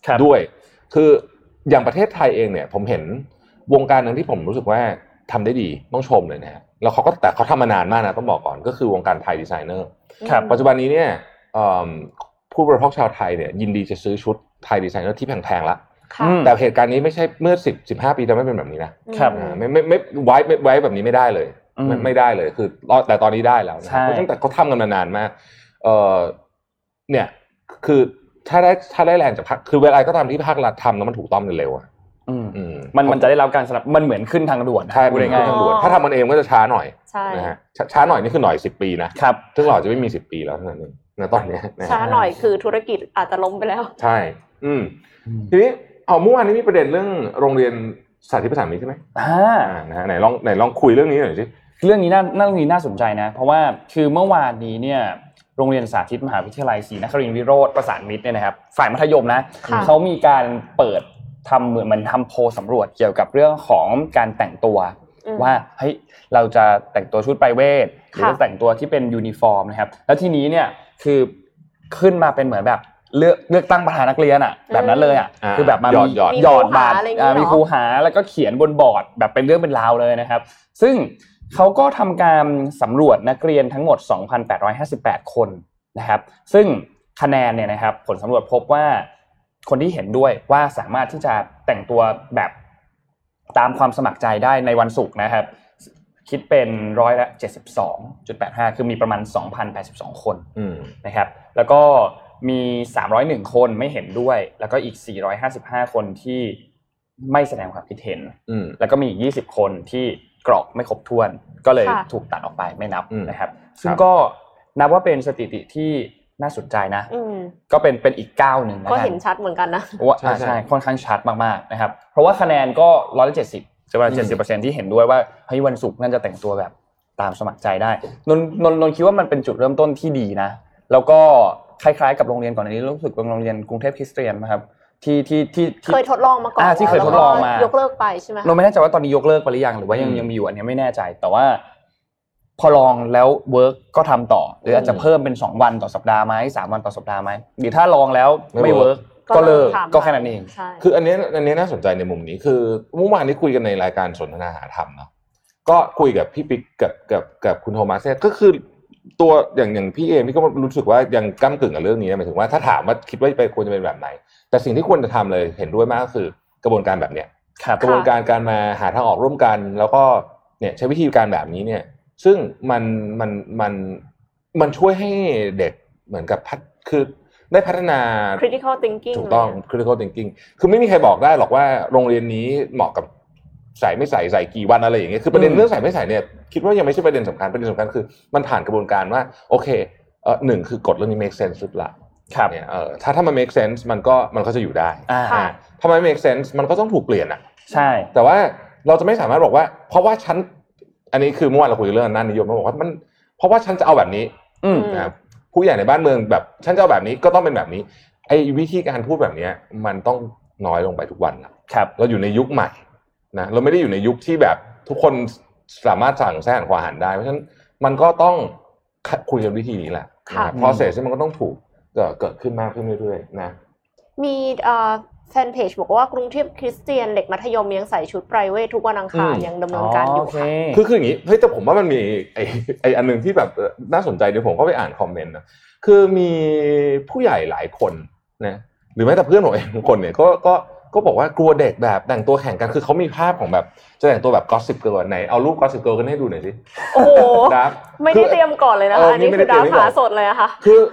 ด้วยคืออย่างประเทศไทยเองเนี่ยผมเห็นวงการนึงที่ผมรู้สึกว่าทำได้ดีต้องชมเลยนะฮะแล้วแต่เขาทำมานานมากนะต้องบอกก่อนก็คือวงการไทยดีไซเนอร์ปัจจุบันนี้เนี่ยผู้บริโภคชาวไทยเนี่ยยินดีจะซื้อชุดไทยดีไซเนอร์ที่แพงๆละแต่เหตุการณ์นี้ไม่ใช่เมื่อ10-15 ปีจะไม่เป็นแบบนี้นะครับไม่ไว้แบบนี้ไม่ได้เลยไม่ได้เลยคือแต่ตอนนี้ได้แล้วนะเพราะตั้งแต่เขาทำกันมานานมากเนี่ยคือถ้าได้แรงจากภาคคือเวลาก็ตามที่ภาครัฐทำแล้วมันถูกต้องเร็วอ่ะมันจะได้รับการสนับมันเหมือนขึ้นทางด่วนใช่ขึ้นทางด่วนถ้าทำมันเองก็จะช้าหน่อยนะฮะช้าหน่อยนี่คือหน่อย10 ปีนะครับซึ่งเราจะไม่มี10 ปีแล้วเท่านั้นเองนะตอนนี้ช้าหน่อยคือธุรกิจอาจจะล้มไปแล้วใช่ทีนี้เมื่อวานนี้มีประเด็นเรื่องโรงเรียนสาธิตภาษาอังกฤษใช่ไหมนะฮะไหนลองคุยเรื่องนี้หน่อยสิเรื่องนี้น่าสนใจนะเพราะว่าคือเมื่อวานนี้เนี่ยโรงเรียนสาธิตมหาวิทยาลัยศรีนครินทร์วิโรจน์ประสานมิตรเนี่ยนะครับฝ่ายมัธยมนะเขามีการเปิดทำเหมือนมันทำโพลสำรวจเกี่ยวกับเรื่องของการแต่งตัวว่าเฮ้ยเราจะแต่งตัวชุดไพรเวทหรือแต่งตัวที่เป็นยูนิฟอร์มนะครับแล้วทีนี้เนี่ยคือขึ้นมาเป็นเหมือนแบบเลือกตั้งประธานนักเรียนอ่ะแบบนั้นเลยอ่ะคือแบบมามีหยอดบาทมีครูหาแล้วก็เขียนบนบอร์ดแบบเป็นเรื่องเป็นราวเลยนะครับซึ่งเขาก็ทำการสำรวจนักเรียนทั้งหมด 2,858 คนนะครับซึ่งคะแนนเนี่ยนะครับผลสำรวจพบว่าคนที่เห็นด้วยว่าสามารถที่จะแต่งตัวแบบตามความสมัครใจได้ในวันศุกร์นะครับคิดเป็น72.85%คือมีประมาณ 2,082 คนนะครับแล้วก็มี301คนไม่เห็นด้วยแล้วก็อีก455คนที่ไม่แสดงความคิดเห็นแล้วก็มีอีก20คนที่กรอกไม่ครบถ้วนก็เลยถูกตัดออกไปไม่นับนะครับซึ่งก็นับว่าเป็นสถิติที่น่าสนใจนะก็เป็นอีกก้าวนึงนะก็เห็นชัดเหมือนกันนะใช่ค่อนข้างชัดมากๆนะครับเพราะว่าคะแนนก็170จะประมาณ 70% ที่เห็นด้วยว่าเฮ้ยวันศุกร์นั่นจะแต่งตัวแบบตามสมัครใจได้นนคิดว่ามันเป็นจุดเริ่มต้นที่ดีนะแล้วก็คล้ายๆกับโรงเรียนก่อนหน้านี้รู้สึกเป็นโรงเรียนกรุงเทพคริสเตียนนะครับที่เคยทดลองมาก่อนที่เคยทดลองมายกเลิกไปใช่ไหมเราไม่แน่ใจว่าตอนนี้ยกเลิกไปหรือยังหรือว่ายังมีอยู่อันนี้ไม่แน่ใจแต่ว่าพอลองแล้วเวิร์กก็ทำต่อหรืออาจจะเพิ่มเป็น2 วันต่อสัปดาห์ไหม3 วันต่อสัปดาห์ไหมหรือถ้าลองแล้วไม่เวิร์กก็เลิกก็แค่นั้นเองคืออันนี้น่าสนใจในมุมนี้คือเมื่อวานนี้คุยกันในรายการสนทนาหาธรรมเนาะก็คุยกับพี่ปิ๊กกับคุณโทมัสเนี่ยก็คือตัวอย่างพี่เองพี่ก็รู้สึกว่ายังก้ำกึ่งกับเรื่องนี้หมายถึงว่าถ้าถามว่าคิดว่าควรจะเป็นแบบไหนแต่สิ่งที่ควรจะทำเลยเห็นด้วยมากก็คือกระบวนการแบบเนี้ยกระบวนการมาหาทางออกร่วมกันแล้วก็เนี่ยใช้วิธีการแบบนี้เนี่ยซึ่งมันช่วยให้เด็กเหมือนกับคือได้พัฒนา critical thinking ถูกต้อง critical thinking คือไม่มีใครบอกได้หรอกว่าโรงเรียนนี้เหมาะกับใส่ไม่ใส่กี่วันอะไรอย่างเงี้ยคือประเด็นเรื่องใส่ไม่ใส่เนี่ยคิดว่ายังไม่ใช่ประเด็นสำคัญคือมันผ่านกระบวนการว่าโอเค1คือกฎเรื่องนี้ make sense สุดละครับเนี่ยถ้ามัน make sense มันก็จะอยู่ได้ถ้ามันไม่ make sense มันก็ต้องถูกเปลี่ยนอ่ะใช่แต่ว่าเราจะไม่สามารถบอกว่าเพราะว่าฉันอันนี้คือเมื่อวานเราคุยเรื่องนั้นนิยมเขาบอกว่ามันเพราะว่าฉันจะเอาแบบนี้นะครับผู้ใหญ่ในบ้านเมืองแบบฉันจะเอาแบบนี้ก็ต้องเป็นแบบนี้ไอ้วิธีการพูดแบบนี้มันต้องน้อยลงไปทุกวันครับเราอยู่ในยุคใหม่นะเราไม่ได้อยู่ในยุคที่แบบทุกคนสามารถสั่งแซ่หันขวาหันได้เพราะฉะนั้นมันก็ต้องคุยกันวิธีนี้แหละ process มันก็ต้องถูกเกิดขึ้นมากขึ้นเรื่อยๆนะมีแฟนเพจบอกว่ากรุงเทพคริสเตียนเด็กมัธยมยังใส่ชุดไพรเวททุกวันอังคารยังดำเนินการอยู่ค่ะคืออย่างนี้เฮ้ยแต่ผมว่ามันมีไอ้อันนึงที่แบบน่าสนใจเดี๋ยวผมก็ไปอ่านคอมเมนต์นะคือมีผู้ใหญ่หลายคนนะหรือแม้แต่เพื่อนผมเองบางคนเนี่ยก็บอกว่ากลัวเด็กแบบแต่งตัวแข่งกันคือเขามีภาพของแบบจะแต่งตัวแบบก็อสซิปเกิร์ลไหนเอารูปก็อสซิปเกิร์ลกันให้ดูหน่อยสิโอ้โหไม่ได้เตรียมก่อนเลยนะคะอันนี้คือดาราสดเลยอะค่ะ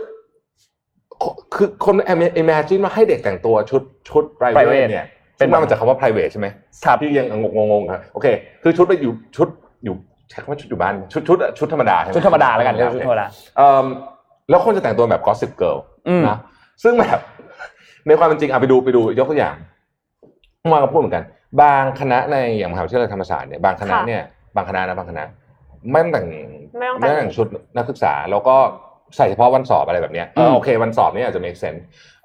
คือคน imagine ว่าให้เด็กแต่งตัวชุด private เนี่ยเป็นว่ามันจะคำว่า private ใช่ไหมที่ยังงงครับโอเคคือชุดไปอยู่ชุดอยู่ใช้คำว่าชุดอยู่บ้านชุดธรรมดาชุดธรรมดาแล้วกันชุดธรรมดาแล้วคนจะแต่งตัวแบบ gossip girl นะซึ่งแบบในความเป็นจริงไปดูยกตัวอย่างเมื่อวานก็พูดเหมือนกันบางคณะในอย่างมหาวิทยาลัยธรรมศาสตร์เนี่ยบางคณะบางคณะไม่ต้องแต่งชุดนักศึกษาแล้วก็ใส่เฉพาะวันสอบอะไรแบบนี้โอเควันสอบนี่อาจจะ make sense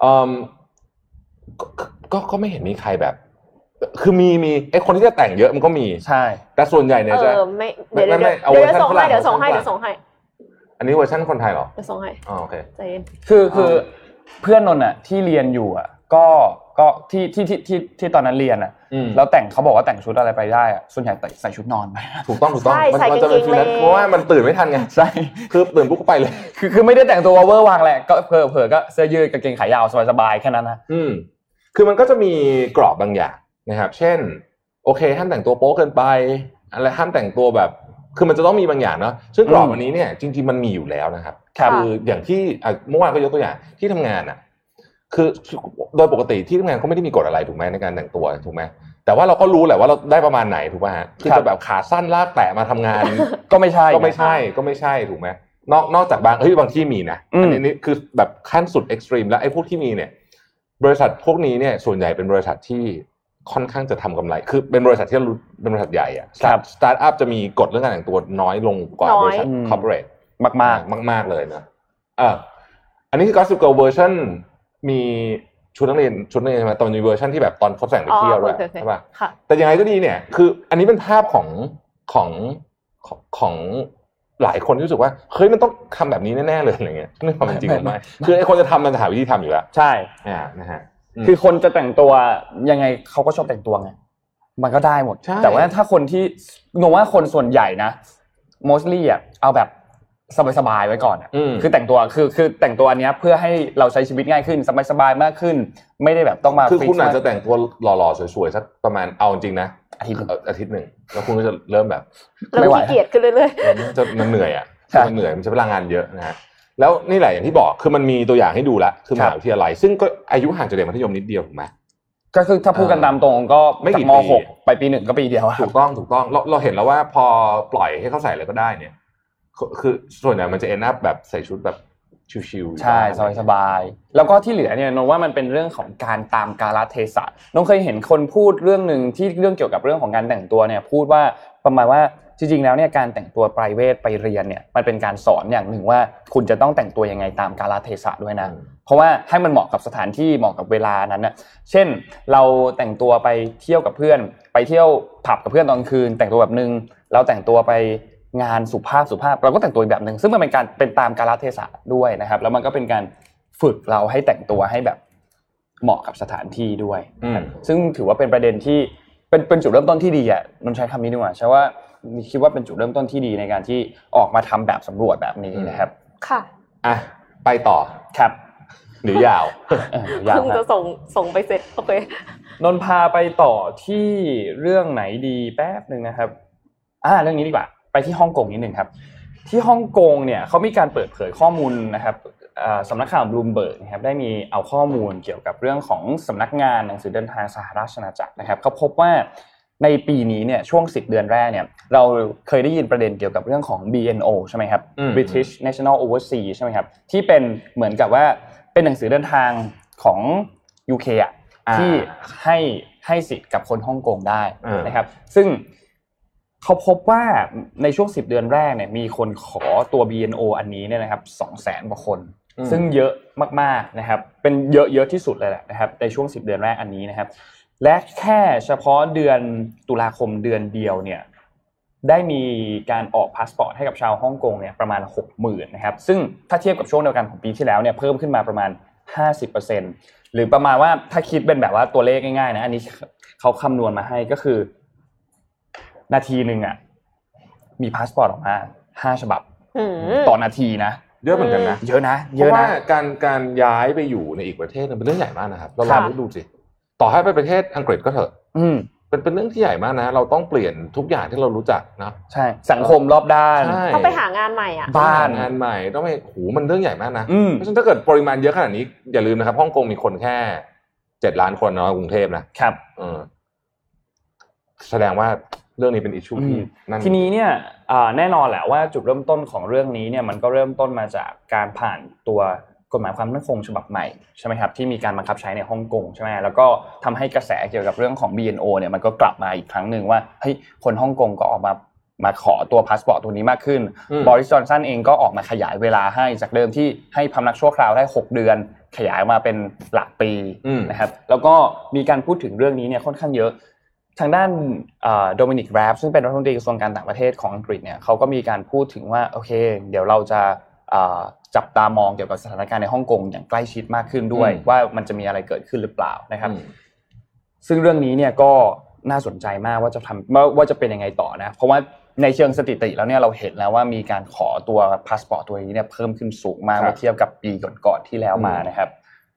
ก็ไม่เห็นมีใครแบบคือมีไอ้คนที่จะแต่งเยอะมันก็มีใช่แต่ส่วนใหญ่เนี่ยจะไม่เดี๋ยวส่งให้อันนี้เวอร์ชันคนไทยเหรอเดี๋ยวส่งให้โอเคใจเย็นคือเพื่อนนนท์อ่ะที่เรียนอยู่อ่ะก็ที่ตอนนั้นเรียนอ่ะแล้วแต่งเขาบอกว่าแต่งชุดอะไรไปได้อ่ะส่วนใหญ่ใส่ชุดนอนไปถูกต้องมันจะเป็นฟีลนั้นเพราะว่ามันตื่นไม่ทันไงใช่คือตื่นปุ๊บก็ไปเลยคือไม่ได้แต่งตัวเวอร์วางแหละก็เผลอก็เสื้อยืดกางเกงขายาวสบายๆแค่นั้นนะคือมันก็จะมีกรอบบางอย่างนะครับเช่นโอเคห้ามแต่งตัวโป๊เกินไปอะไรห้ามแต่งตัวแบบคือมันจะต้องมีบางอย่างเนาะซึ่งกรอบอันนี้เนี่ยจริงๆมันมีอยู่แล้วนะครับคืออย่างที่เมื่อวานก็ยกตัวอย่างที่ทำงานอ่ะคือโดยปกติที่ทำงานเขาไม่ได้มีกฎอะไรถูกไหมในการแต่งตัวถูกไหมแต่ว่าเราก็รู้แหละว่าเราได้ประมาณไหนถูกไหมฮะที่จะแบบขาสั้นลากแตะมาทำงานก็ไม่ใช่ถูกไหมนอกจากบางที่มีนะอันนี้คือแบบขั้นสุดเอ็กซ์ตรีมแล้วไอ้พวกที่มีเนี่ยบริษัทพวกนี้เนี่ยส่วนใหญ่เป็นบริษัทที่ค่อนข้างจะทำกำไรคือเป็นบริษัทที่เป็นบริษัทใหญ่อะสตาร์ทอัพจะมีกฎเรื่องการแต่งตัวน้อยลงกว่าบริษัทคอร์ปอเรทมากเลยนะอันนี้คือ Gossip Girl เวอร์ชันมีชุดนักเรียนใช่ไหมตอนมีเวอร์ชันที่แบบตอนเขาแต่งไปเที่ยวด้วยใช่ป่ะแต่ยังไงก็ดีเนี่ยคืออันนี้เป็นภาพของหลายคนที่รู้สึกว่าเฮ้ยมันต้องทำแบบนี้แน่ๆเลยอะไรเงี้ยนี่ความจริงหรือไม่คือไอ้คนจะทำมันจะหาวิธีทำอยู่แล้วใช่นะฮะคือคนจะแต่งตัวยังไงเขาก็ชอบแต่งตัวไงมันก็ได้หมดแต่ว่าถ้าคนที่งงว่าคนส่วนใหญ่นะ mostly อ่ะเอาแบบสบายๆไว้ก่อนคือแต่งตัวคือแต่งตัวอันเนี้ยเพื่อให้เราใช้ชีวิตง่ายขึ้นสบายๆมากขึ้นไม่ได้แบบต้องมาคือคุณอาจจะแต่งตัวหล่อๆสวยๆสักประมาณเอาจริงนะอาทิตย์นึงแล้วคุณก็จะเริ่มแบบไม่ไหวขี้เกียจขึ้นเรื่อยๆจะมันเหนื่อยอ่ะมันเหนื่อยมันใช้พลังงานเยอะนะฮะแล้วนี่แหละอย่างที่บอกคือมันมีตัวอย่างให้ดูแล้วคือมหาวิทยาลัยซึ่งก็อายุห่างจากเด็กมัธยมนิดเดียวถูกไหมก็คือถ้าพูดกันตามตรงก็ไม่กี่ม.6 ไปปี1ก็ปีเดียวถูกต้องเราเห็นแล้วว่าพอปล่อยให้เขาใส่อะไรก็ได้เนี่ยคือส่วนใหญ่มันจะเอ็นอัพแบบใส่ชุดแบบชิวๆใช่สบายๆแล้วก็ที่เหลือเนี่ยนนว่ามันเป็นเรื่องของการตามกาลเทศะนนเคยเห็นคนพูดเรื่องนึงที่เรื่องเกี่ยวกับเรื่องของการแต่งตัวเนี่ยพูดว่าประมาณว่าจริงๆแล้วเนี่ยการแต่งตัว private ไปเรียนเนี่ยมันเป็นการสอนอย่างหนึ่งว่าคุณจะต้องแต่งตัวยังไงตามกาลเทศะด้วยนะเพราะว่าให้มันเหมาะกับสถานที่เหมาะกับเวลานั้นนะเช่นเราแต่งตัวไปเที่ยวกับเพื่อนไปเที่ยวผับกับเพื่อนตอนคืนแต่งตัวแบบนึงเราแต่งตัวไปงานสุภาพเราก็แต่งตัวแบบนึงซึ่งมันเป็นการเป็นตามกาลเทศะด้วยนะครับแล้วมันก็เป็นการฝึกเราให้แต่งตัวให้แบบเหมาะกับสถานที่ด้วยซึ่งถือว่าเป็นประเด็นที่เป็นจุดเริ่มต้นที่ดีอ่ะนนใช้คำนี้ดีกว่าใช่ว่าคิดว่าเป็นจุดเริ่มต้นที่ดีในการที่ออกมาทำแบบสำรวจแบบนี้นะครับค่ะไปต่อครับหรือยาวเพิ่งจะส่งไปเสร็จโอเคนนพาไปต่อที่เรื่องไหนดีแป๊บนึงนะครับเรื่องนี้ดีกว่าไปที่ฮ่องกงนิดนึงครับที่ฮ่องกงเนี่ยเขามีการเปิดเผยข้อมูลนะครับสำนักข่าว Bloomberg นะครับได้มีเอาข้อมูลเกี่ยวกับเรื่องของสำนักงานหนังสือเดินทางสหราชอาณาจักรนะครับเขาพบว่าในปีนี้เนี่ยช่วง10เดือนแรกเนี่ยเราเคยได้ยินประเด็นเกี่ยวกับเรื่องของ BNO ใช่ไหมครับ British National Overseas ใช่ไหมครับที่เป็นเหมือนกับว่าเป็นหนังสือเดินทางของ UK อ่ะที่ให้สิทธิ์กับคนฮ่องกงได้นะครับซึ่งเขาพบว่าในช่วง10เดือนแรกเนี่ยมีคนขอตัว BNO อันนี้เนี่ยนะครับ 200,000 กว่าคนซึ่งเยอะมากๆนะครับเป็นเยอะที่สุดเลยแหละนะครับในช่วง10เดือนแรกอันนี้นะครับและแค่เฉพาะเดือนตุลาคมเดือนเดียวเนี่ยได้มีการออกพาสปอร์ตให้กับชาวฮ่องกงเนี่ยประมาณ 60,000 นะครับซึ่งถ้าเทียบกับช่วงเดียวกันของปีที่แล้วเนี่ยเพิ่มขึ้นมาประมาณ 50% หรือประมาณว่าถ้าคิดเป็นแบบว่าตัวเลขง่ายๆนะอันนี้เขาคำนวณมาให้ก็คือนาทีนึงอ่ะมีพาสปอร์ตออกมา5ฉบับต่อนาทีนะเยอะเหมือนกันนะเยอะนะเพราะว่าการย้ายไปอยู่ในอีกประเทศเป็นเรื่องใหญ่มากนะครับเราลองดูสิต่อให้ไปประเทศอังกฤษก็เถอะเป็นเรื่องที่ใหญ่มากนะเราต้องเปลี่ยนทุกอย่างที่เรารู้จักนะใช่สังคมรอบด้านต้องไปหางานใหม่อ่ะบ้านงานใหม่ต้องไปมันเรื่องใหญ่มากนะเพราะฉะนั้นถ้าเกิดปริมาณเยอะขนาดนี้อย่าลืมนะครับฮ่องกงมีคนแค่7 ล้านคนในกรุงเทพนะครับแสดงว่าเรื่องนี้เป็นอิชชูที่นั่นทีนี้เนี่ยแน่นอนแหละว่าจุดเริ่มต้นของเรื่องนี้เนี่ยมันก็เริ่มต้นมาจากการผ่านตัวกฎหมายความมั่นคงฉบับใหม่ใช่ไหมครับที่มีการบังคับใช้ในฮ่องกงใช่ไหมแล้วก็ทำให้กระแสเกี่ยวกับเรื่องของ BNO เนี่ยมันก็กลับมาอีกครั้งนึงว่าเฮ้ยคนฮ่องกงก็ออกมาขอตัวพาสปอร์ตตัวนี้มากขึ้นบริส จอนสันเองก็ออกมาขยายเวลาให้จากเดิมที่ให้พำนักชั่วคราวได้6เดือนขยายมาเป็นหลักปีนะครับแล้วก็มีการพูดถึงเรื่องนี้เนี่ยค่อนข้างเยอะทางด้านโดมินิก แรบซึ่งเป็นรัฐมนตรีกระทรวงการต่างประเทศของอังกฤษเนี่ยเขาก็มีการพูดถึงว่าโอเคเดี๋ยวเราจะจับตามองเกี่ยวกับสถานการณ์ในฮ่องกงอย่างใกล้ชิดมากขึ้นด้วยว่ามันจะมีอะไรเกิดขึ้นหรือเปล่านะครับซึ่งเรื่องนี้เนี่ยก็น่าสนใจมากว่าจะเป็นยังไงต่อนะเพราะว่าในเชิงสถิติแล้วเนี่ยเราเห็นแล้วว่ามีการขอตัวพาสปอร์ตตัวนี้เนี่ยเพิ่มขึ้นสูงมากเมื่อเทียบกับปีก่อนๆที่แล้วมานะครับ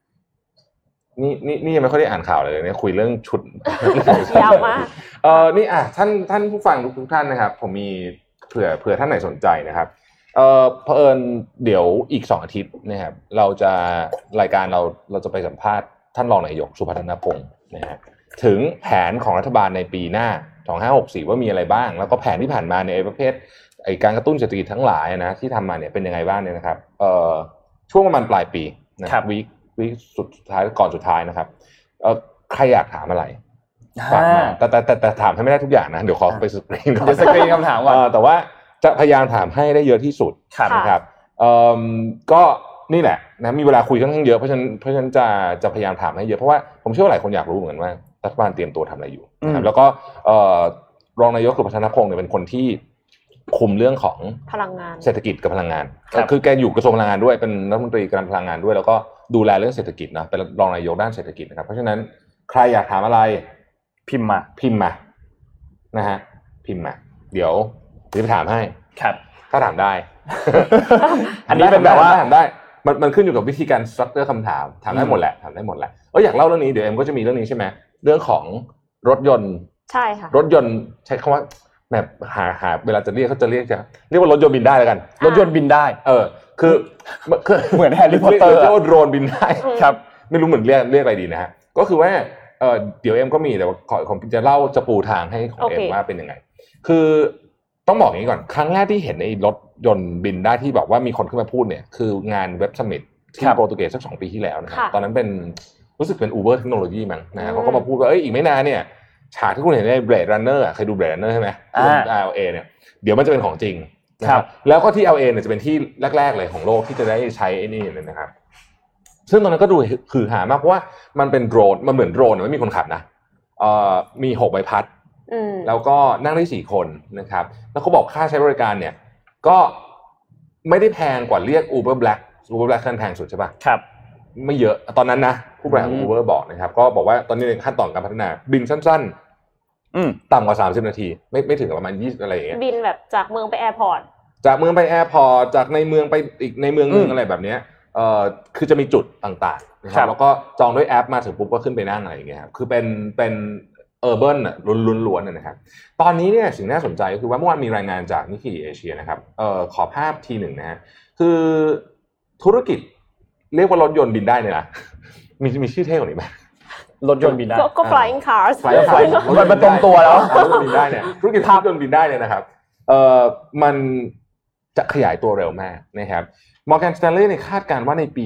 นี่ยังไม่ค่อยได้อ่านข่าวเลยเนี่ยคุยเรื่องชุดยาวมากนี่ท่านผู้ฟังทุกท่านนะครับผมมีเผื่อท่านไหนสนใจนะครับเผอิญเดี๋ยวอีก2อาทิตย์นะครับรายการเราจะไปสัมภาษณ์ท่านรองนายกสุพัฒนพงศ์นะฮะถึงแผนของรัฐบาลในปีหน้า2564ว่ามีอะไรบ้างแล้วก็แผนที่ผ่านมาในประเภทการกระตุ้นเศรษฐกิจทั้งหลายนะที่ทำมาเนี่ยเป็นยังไงบ้างเนี่ยนะครับช่วงประมาณปลายปีนะครับวีคสุดท้ายก่อนสุดท้ายนะครับใครอยากถามอะไรฝากมาแต่ถามให้ไม่ได้ทุกอย่างนะเดี๋ยวขอไปสกรีนก่อนสกรีนคำถามก่อนแต่ว่าจะพยายามถามให้ได้เยอะที่สุดนะครับก็นี่แหละนะมีเวลาคุยค่อนข้างเยอะเพราะฉะนั้นจะพยายามถามให้เยอะเพราะว่าผมเชื่อว่าหลายคนอยากรู้เหมือนกันว่ารัฐบาลเตรียมตัวทำอะไรอยู่นะครับแล้วก็รองนายกสุพัฒนพงศ์เนี่ยเป็นคนที่คุมเรื่องของพลังงานเศรษฐกิจกับพลังงานคือแกอยู่กระทรวงพลังงานด้วยเป็นรัฐมนตรีการพลังงานด้วยแล้วก็ดูแลเรื่องเศรษฐกิจนะเป็นรองนายกด้านเศรษฐกิจนะครับเพราะฉะนั้นใครอยากถามอะไรพิมพ์มานะฮะพิมพ์มาเดี๋ยวจะถามให้ครับถ้าถามได้อันนี้เป็นแบบว่าถามได้มันขึ้นอยู่กับวิธีการสตรัคเจอร์คำถามได้หมดแหละถามได้หมดแหละอยากเล่าเรื่องนี้เดี๋ยวเอ็มก็จะมีเรื่องนี้ใช่ไหมเรื่องของรถยนต์ใช่ค่ะรถยนต์ใช้คำว่าแบบหาเวลาจะเรียกเขาจะเรียกว่ารถยนต์บินได้แล้วกันรถยนต์บินได้คือเหมือนแฮร์รี่พอตเตอร์เรียกว่าโดรนบินได้ครับไม่รู้เหมือนเรียกอะไรดีนะฮะก็คือว่าเดี๋ยวเอ็มก็มีแต่ว่าขอจะเล่าจะปูทางให้ของเอ็มว่าเป็นยังไงคือต้องบอกอย่างนี้ก่อนครั้งแรกที่เห็นไอ้รถยนต์บินได้ที่บอกว่ามีคนขึ้นมาพูดเนี่ยคืองานเว็บซัมมิตที่โปรตุเกสสัก2 ปีที่แล้วนะครับตอนนั้นเป็นรู้สึกเป็น Uber Technology มั้งนะเขาก็มาพูดว่าอีกไม่นานเนี่ยฉากที่คุณเห็นใน Blade Runner เคยดู Blade Runner ใช่ไหมLA เนี่ยเดี๋ยวมันจะเป็นของจริงนะครับแล้วก็ที่ LA เนี่ยจะเป็นที่แรกๆเลยของโลกที่จะได้ใช้ไอ้นี่เลยนะครับซึ่งตอนนั้นก็ดูคือหามากเพราะว่ามันเป็นโดรนมันเหมือนโดรนไม่มีคนขับนะมี6ใบพัดแล้วก็นั่งได้4คนนะครับแล้วเขาบอกค่าใช้บริการเนี่ยก็ไม่ได้แพงกว่าเรียก Uber Black ขั้นแพงสุดใช่ป่ะครับไม่เยอะตอนนั้นนะผู้บริหาร Uber บอกนะครับก็บอกว่าตอนนี้ในขั้นตอนการพัฒนาบินสั้นๆต่ำกว่า30นาทีไม่ถึงประมาณ20อะไรอย่างเงี้ยบินแบบจากเมืองไปแอร์พอร์ตจากในเมืองไปอีกในเมืองนึงอะไรแบบเนี้ยคือจะมีจุดต่างๆนะครับแล้วก็จองด้วยแอปมาถึงปุ๊บก็ขึ้นไปนั่งอะไรอย่างเงี้ยครับคือเป็นurban น่ะล้วนๆนะครับตอนนี้เนี่ยสิ่งน่าสนใจก็คือว่าเมื่อวานมีรายงานจากนิกเกิลเอเชียนะครับขอภาพทีหนึ่งนะฮะคือธุรกิจเรียกว่ารถยนต์บินได้เนี่ยนะมีชื่อเท่กว่านี้ไหมรถยนต์บินได้ก็ flying cars มันตรงตัวแล้วรถยนต์บินได้เนี่ยธุรกิจรถยนต์บินได้เนี่ยนะครับมันจะขยายตัวเร็วมากนะครับMorgan Stanley ในคาดการณ์ว่าในปี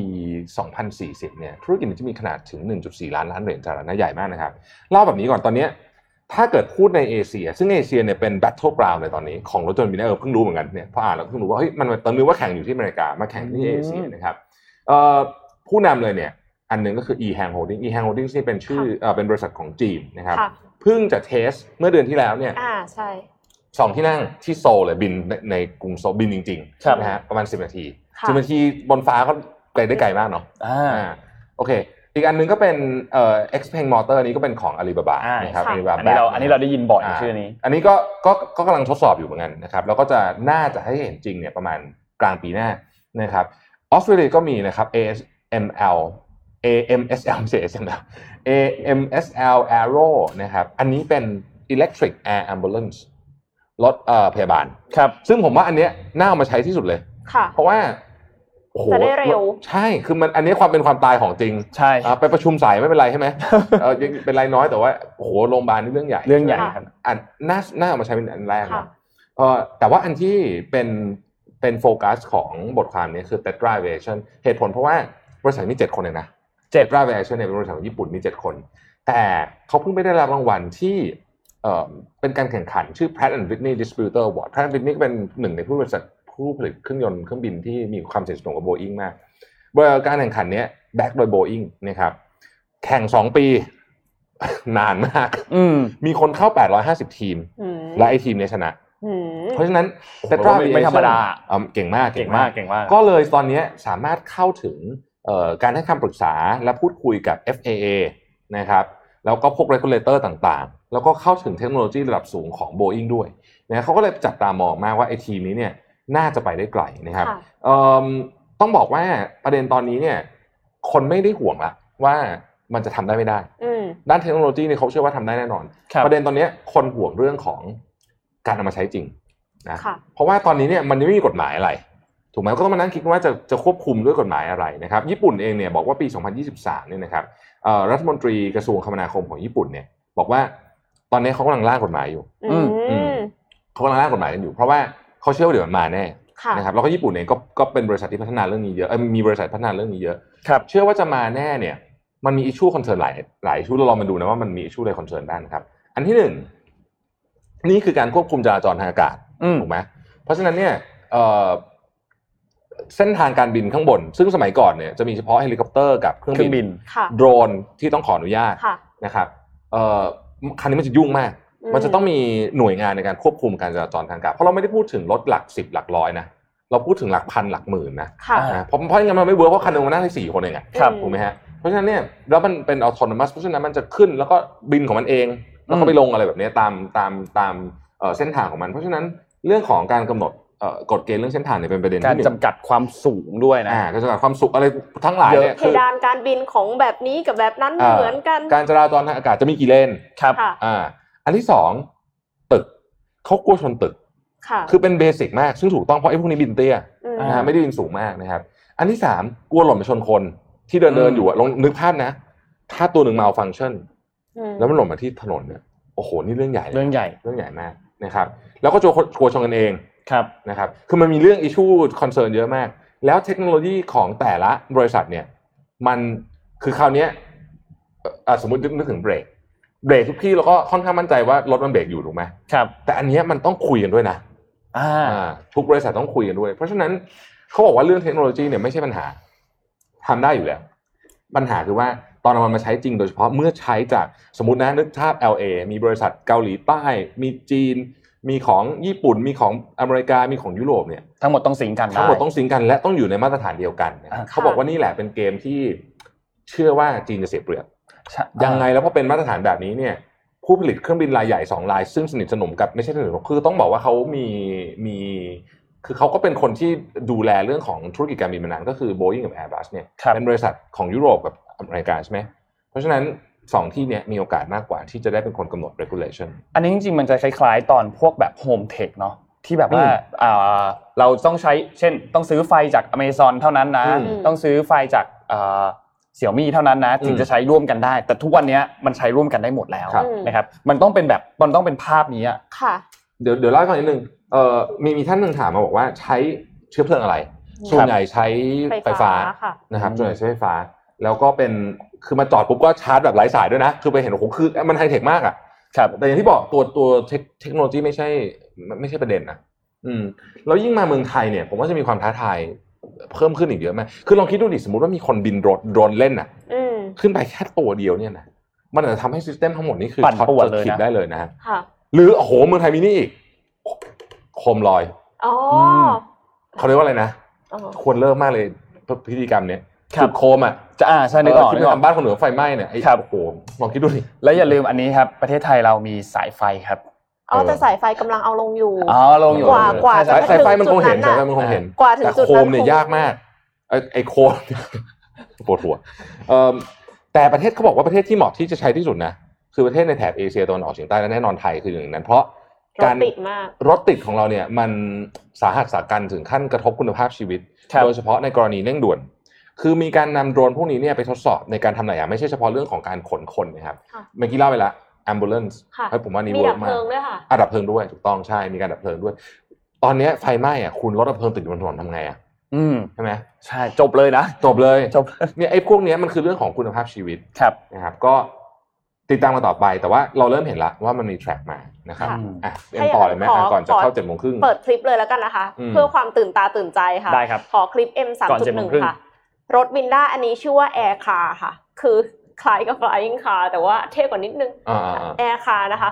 2040เนี่ยธุรกิจจะมีขนาดถึง 1.4 ล้านเหรียญสหรัฐใหญ่มากนะครับเล่าแบบนี้ก่อนตอนนี้ถ้าเกิดพูดในเอเชียซึ่งเอเชียเนี่ยเป็น battle ground เลยตอนนี้ของรถยนต์บินได้เพิ่งรู้เหมือนกันเนี่ยพออ่านแล้วเพิ่งรู้ว่าเฮ้ยมันตอนนี้ว่าแข่งอยู่ที่อเมริกามาแข่งที่เอเชียนะครับผู้นำเลยเนี่ยอันนึงก็คือ eHang Holdings eHang Holdings นี่เป็นชื่อเป็นบริษัทของจีนนะครับเพิ่งจะเทสเมื่อเดือนที่แล้วเนี่ยใช่ 2ที่นั่งที่โซลเลยบินในกรุงโซลบินจริงๆนะฮะประมาณ10 นาที10 นาทีบนฟ้าก็ไกลได้ไกลมากเนาะโอเคอีกอันนึงก็เป็นXpeng Motor นี้ก็เป็นของ Alibaba นะครับ Alibaba อันนี้เราได้ยินบ่อยชื่อนี้อันนี้ก็กำลังทดสอบอยู่เหมือนกันนะครับแล้วก็จะน่าจะให้เห็นจริงเนี่ยประมาณกลางปีหน้านะครับออสเตรเลียก็มีนะครับ AMSL Aero นะครับอันนี้เป็น Electric Air Ambulance รถพยาบาลครับซึ่งผมว่าอันเนี้ยน่าเอามาใช้ที่สุดเลยเพราะว่าโอ้โหจะได้เร็วใช่คือมันอันนี้ความเป็นความตายของจริงใช่ไปประชุมสายไม่เป็นไรใช่ไหมยังเป็นไรน้อยแต่ว่าโอ้โหโรงพยาบาลนี่เรื่องใหญ่ครับน่าเอามาใช้เป็นอันแรกนะแต่ว่าอันที่เป็นโฟกัสของบทความนี้คือ Tetra Aviation เหตุผลเพราะว่าบริษัทมี7คนเองนะ Tetra Aviation เนี่ยเป็นบริษัทของญี่ปุ่นมี7คนแต่เขาเพิ่งไม่ได้รับรางวัลที่เป็นการแข่งขันชื่อ Pratt & Whitney Distributor Award Pratt & Whitney เป็นหนึ่งในผู้ผลิตเครื่องยนต์เครื่องบินที่มีความสนิทสนมกับ Boeing มากการแข่งขันนี้แบ็คโดย Boeing นะครับแข่ง2 ปีนานมากมีคนเข้า850ทีมและไอ้ทีมนี้ชนะเพราะฉะนั้น Petra ไม่ธรรมดาเก่งมากก็เลยตอนนี้สามารถเข้าถึงการให้คำปรึกษาและพูดคุยกับ FAA นะครับแล้วก็พวก regulator ต่างๆแล้วก็เข้าถึงเทคโนโลยีระดับสูงของ Boeing ด้วยนะเขาก็เลยจับตามองมากว่าไอ้ทีมนี้เนี่ยน่าจะไปได้ไกลนะครับต้องบอกว่าประเด็นตอนนี้เนี่ยคนไม่ได้ห่วงละว่ามันจะทำได้ไม่ได้ด้านเทคโนโลยีเนี่ยเขาเชื่อว่าทำได้แน่นอนประเด็นตอนนี้คนห่วงเรื่องของการเอามาใช้จริงนะเพราะว่าตอนนี้เนี่ยมันยังไม่มีกฎหมายอะไรถูกไหมก็ต้องมานั่งคิดว่าจะควบคุมด้วยกฎหมายอะไรนะครับญี่ปุ่นเองเนี่ยบอกว่าปี2023เนี่ยนะครับรัฐมนตรีกระทรวงคมนาคมของญี่ปุ่นเนี่ยบอกว่าตอนนี้เขากำลังร่างกฎหมายอยู่เขากำลังร่างกฎหมายกันอยู่เพราะว่าเขาเชื่อว่าเดี๋ยวมันมาแน่นะครับแล้วก็ญี่ปุ่นเองก็เป็นบริษัทที่พัฒนาเรื่องนี้เยอะมีบริษัทพัฒนาเรื่องนี้เยอะเชื่อว่าจะมาแน่เนี่ยมันมีอิชชูคอนเซิร์นหลายอิชชูเราลองมาดูนะว่ามันมีอิชชูอะไรคอนเซิร์นบ้างครับอันที่1นี่คือการควบคุมจราจรทางอากาศถูกไหมเพราะฉะนั้นเนี่ยเส้นทางการบินข้างบนซึ่งสมัยก่อนเนี่ยจะมีเฉพาะเฮลิคอปเตอร์กับเครื่องบินโดรนที่ต้องขออนุญาตนะครับคันนี้มันจะยุ่งมากมันจะต้องมีหน่วยงานในการควบคุมการจราจรทางอากาศเพราะเราไม่ได้พูดถึงรถหลัก10หลักร้อยนะเราพูดถึงหลักพันหลักหมื่นนะเพราะอย่างนั้นมันไม่เวิร์คเพราะคันนึงมันนั่งได้4คนเองถูกไหมฮะเพราะฉะนั้นเนี่ยแล้วมันเป็นออโตโนมัสเพราะฉะนั้นมันจะขึ้นแล้วก็บินของมันเองแล้วก็ไปลงอะไรแบบนี้ตามเส้นทางของมันเพราะฉะนั้นเรื่องของการกำหนดกฎเกณฑ์เรื่องเส้นทางเนี่ยเป็นประเด็นที่การจำกัดความสูงด้วยนะการจำกัดความสูงอะไรทั้งหลายเนี่ยเพดานการบินของแบบนี้กับแบบนั้นเหมือนกันการจราจรทางอากาศจะมีกี่เลนครับอันที่2ตึกเขากลัวชนตึกคือเป็นเบสิกมากซึ่งถูกต้องเพราะไอ้พวกนี้บินเตี้ยนะฮะไม่ได้บินสูงมากนะครับอันที่3กลัวหล่นไปชนคนที่เดินอยู่ลองนึกภาพนะถ้าตัวหนึ่งมาฟังก์ชันแล้วมันหล่นมาที่ถนนเนี่ยโอ้โหนี่เรื่องใหญ่เรื่องใหญ่มากนะครับแล้วก็กลัวชนกันเองนะครับคือมันมีเรื่อง issue concern เยอะมากแล้วเทคโนโลยีของแต่ละบริษัทเนี่ยมันคือคราวนี้สมมุตินึกถึงเบรกทุกที่เราก็ค่อนข้างมั่นใจว่ารถมันเบรกอยู่ถูกไหมครับแต่อันนี้มันต้องคุยกันด้วยนะทุกบริษัทต้องคุยกันด้วยเพราะฉะนั้นเขาบอกว่าเรื่องเทคโนโลยีเนี่ยไม่ใช่ปัญหาทำได้อยู่แล้วปัญหาคือว่าตอนมันมาใช้จริงโดยเฉพาะเมื่อใช้จากสมมุตินะนึกภาพ LA มีบริษัทเกาหลีใต้มีจีนมีของญี่ปุ่นมีของอเมริกามีของยุโรปเนี่ยทั้งหมดต้องซิงกันและต้องอยู่ในมาตรฐานเดียวกันเขาบอกว่านี่แหละเป็นเกมที่เชื่อว่าจีนจะเสียเปรียบยังไงแล้วพอเป็นมาตรฐานแบบนี้เนี่ยผู้ผลิตเครื่องบินรายใหญ่2รายซึ่งสนิทสนมกับไม่ใช่สนิทคือต้องบอกว่าเขามีคือเขาก็เป็นคนที่ดูแลเรื่องของธุรกิจการบินมานานก็คือ Boeing กับ Airbus เนี่ยเป็นบริษัทของยุโรปกับอเมริกาใช่ไหมเพราะฉะนั้น2ที่เนี้ยมีโอกาสมากกว่าที่จะได้เป็นคนกำหนด regulation อันนี้จริงๆมันจะคล้ายๆตอนพวกแบบ home tech เนาะที่แบบว่าเราต้องใช้เช่นต้องซื้อไฟจาก Amazon เท่านั้นนะต้องซื้อไฟจากXiaomi เท่านั้นนะถึงจะใช้ร่วมกันได้แต่ทุกวันนี้มันใช้ร่วมกันได้หมดแล้วนะครับมันต้องเป็นภาพนี้ค่ะเดี๋ยวเล่าก่อนนิดนึงมีท่านนึงถามมาบอกว่าใช้เชื้อเพลิงอะไรส่วนใหญ่ใช้ไฟฟ้านะครับส่วนใหญ่ใช้ไฟฟ้าแล้วก็เป็นคือมาจอดปุ๊บก็ชาร์จแบบไร้สายด้วยนะคือไปเห็นโอ้โหคือมันไฮเทคมากอ่ะแต่อย่างที่บอกตัวเทคโนโลยีไม่ใช่ประเด็นนะแล้วยิ่งมาเมืองไทยเนี่ยผมว่าจะมีความท้าทายเพิ่มขึ้นอีกเยอะมากคือลองคิดดูดิสมมติว่ามีคนบินโดรนเล่นอ่ะขึ้นไปแค่ตัวเดียวเนี่ยนะมันอาจจะทำให้ซิสเต็มทั้งหมดนี้คือช็อตจะคิดได้เลยนะฮะหรือโอ้โหเมืองไทยมีนี่อีกโคมลอยเขาเรียกว่าอะไรนะควรเริ่มมากเลยพิธีกรรมเนี้ยจุดโคมอ่ะใช่นึกออกที่ทำบ้านคนเหนือไฟไหม้เนี่ยโอ้โหลองคิดดูดิแล้วอย่าลืมอันนี้ครับประเทศไทยเรามีสายไฟครับแต่สายไฟกำลังเอาลงอยู่ลงอยู่กว่าสายไฟมันคงเห็นกว่าถึงจุดนั้นโคมเนี่ยยากมากไอ้โคมปวดหัวแต่ประเทศเขาบอกว่าประเทศที่เหมาะที่จะใช้ที่สุดนะคือประเทศในแถบเอเชียตะวันออกเฉียงใต้และแน่นอนไทยคืออย่างนั้นเพราะการรถติดของเราเนี่ยมันสาหัสสากันถึงขั้นกระทบคุณภาพชีวิตโดยเฉพาะในกรณีเร่งด่วนคือมีการนำโดรนพวกนี้เนี่ยไปทดสอบในการทำหลายอย่างไม่ใช่เฉพาะเรื่องของการขนคนนะครับเมื่อกี้เล่าไปละ ambulance ให้ผมว่านี่เวิร์กมากดับเพลิงด้วยถูกต้องใช่มีการดับเพลิงด้วยตอนนี้ไฟไหม้อ่ะคุณรถดับเพลิงติดอยู่บนถนนทำไงอ่ะใช่ไหมใช่จบเลยนะจบเนี่ยไอ้พวกนี้มันคือเรื่องของคุณภาพชีวิตนะครับก็ติดตามกันต่อไปแต่ว่าเราเริ่มเห็นแล้วว่ามันมีแทร็กมานะครับเอ็นต่อเลยไหมก่อนจะเข้า 7:30 น. เปิดคลิปเลยแล้วกันนะคะเพื่อความตื่นตาตื่นใจค่ะได้ครับขอคลิป M3.1 ค่ะรถวินด้าอันนี้ชื่อว่า Air Car ค่ะคือคล้ายกับ Flying Car แต่ว่าเท่กว่านิดนึง Air Car นะคะ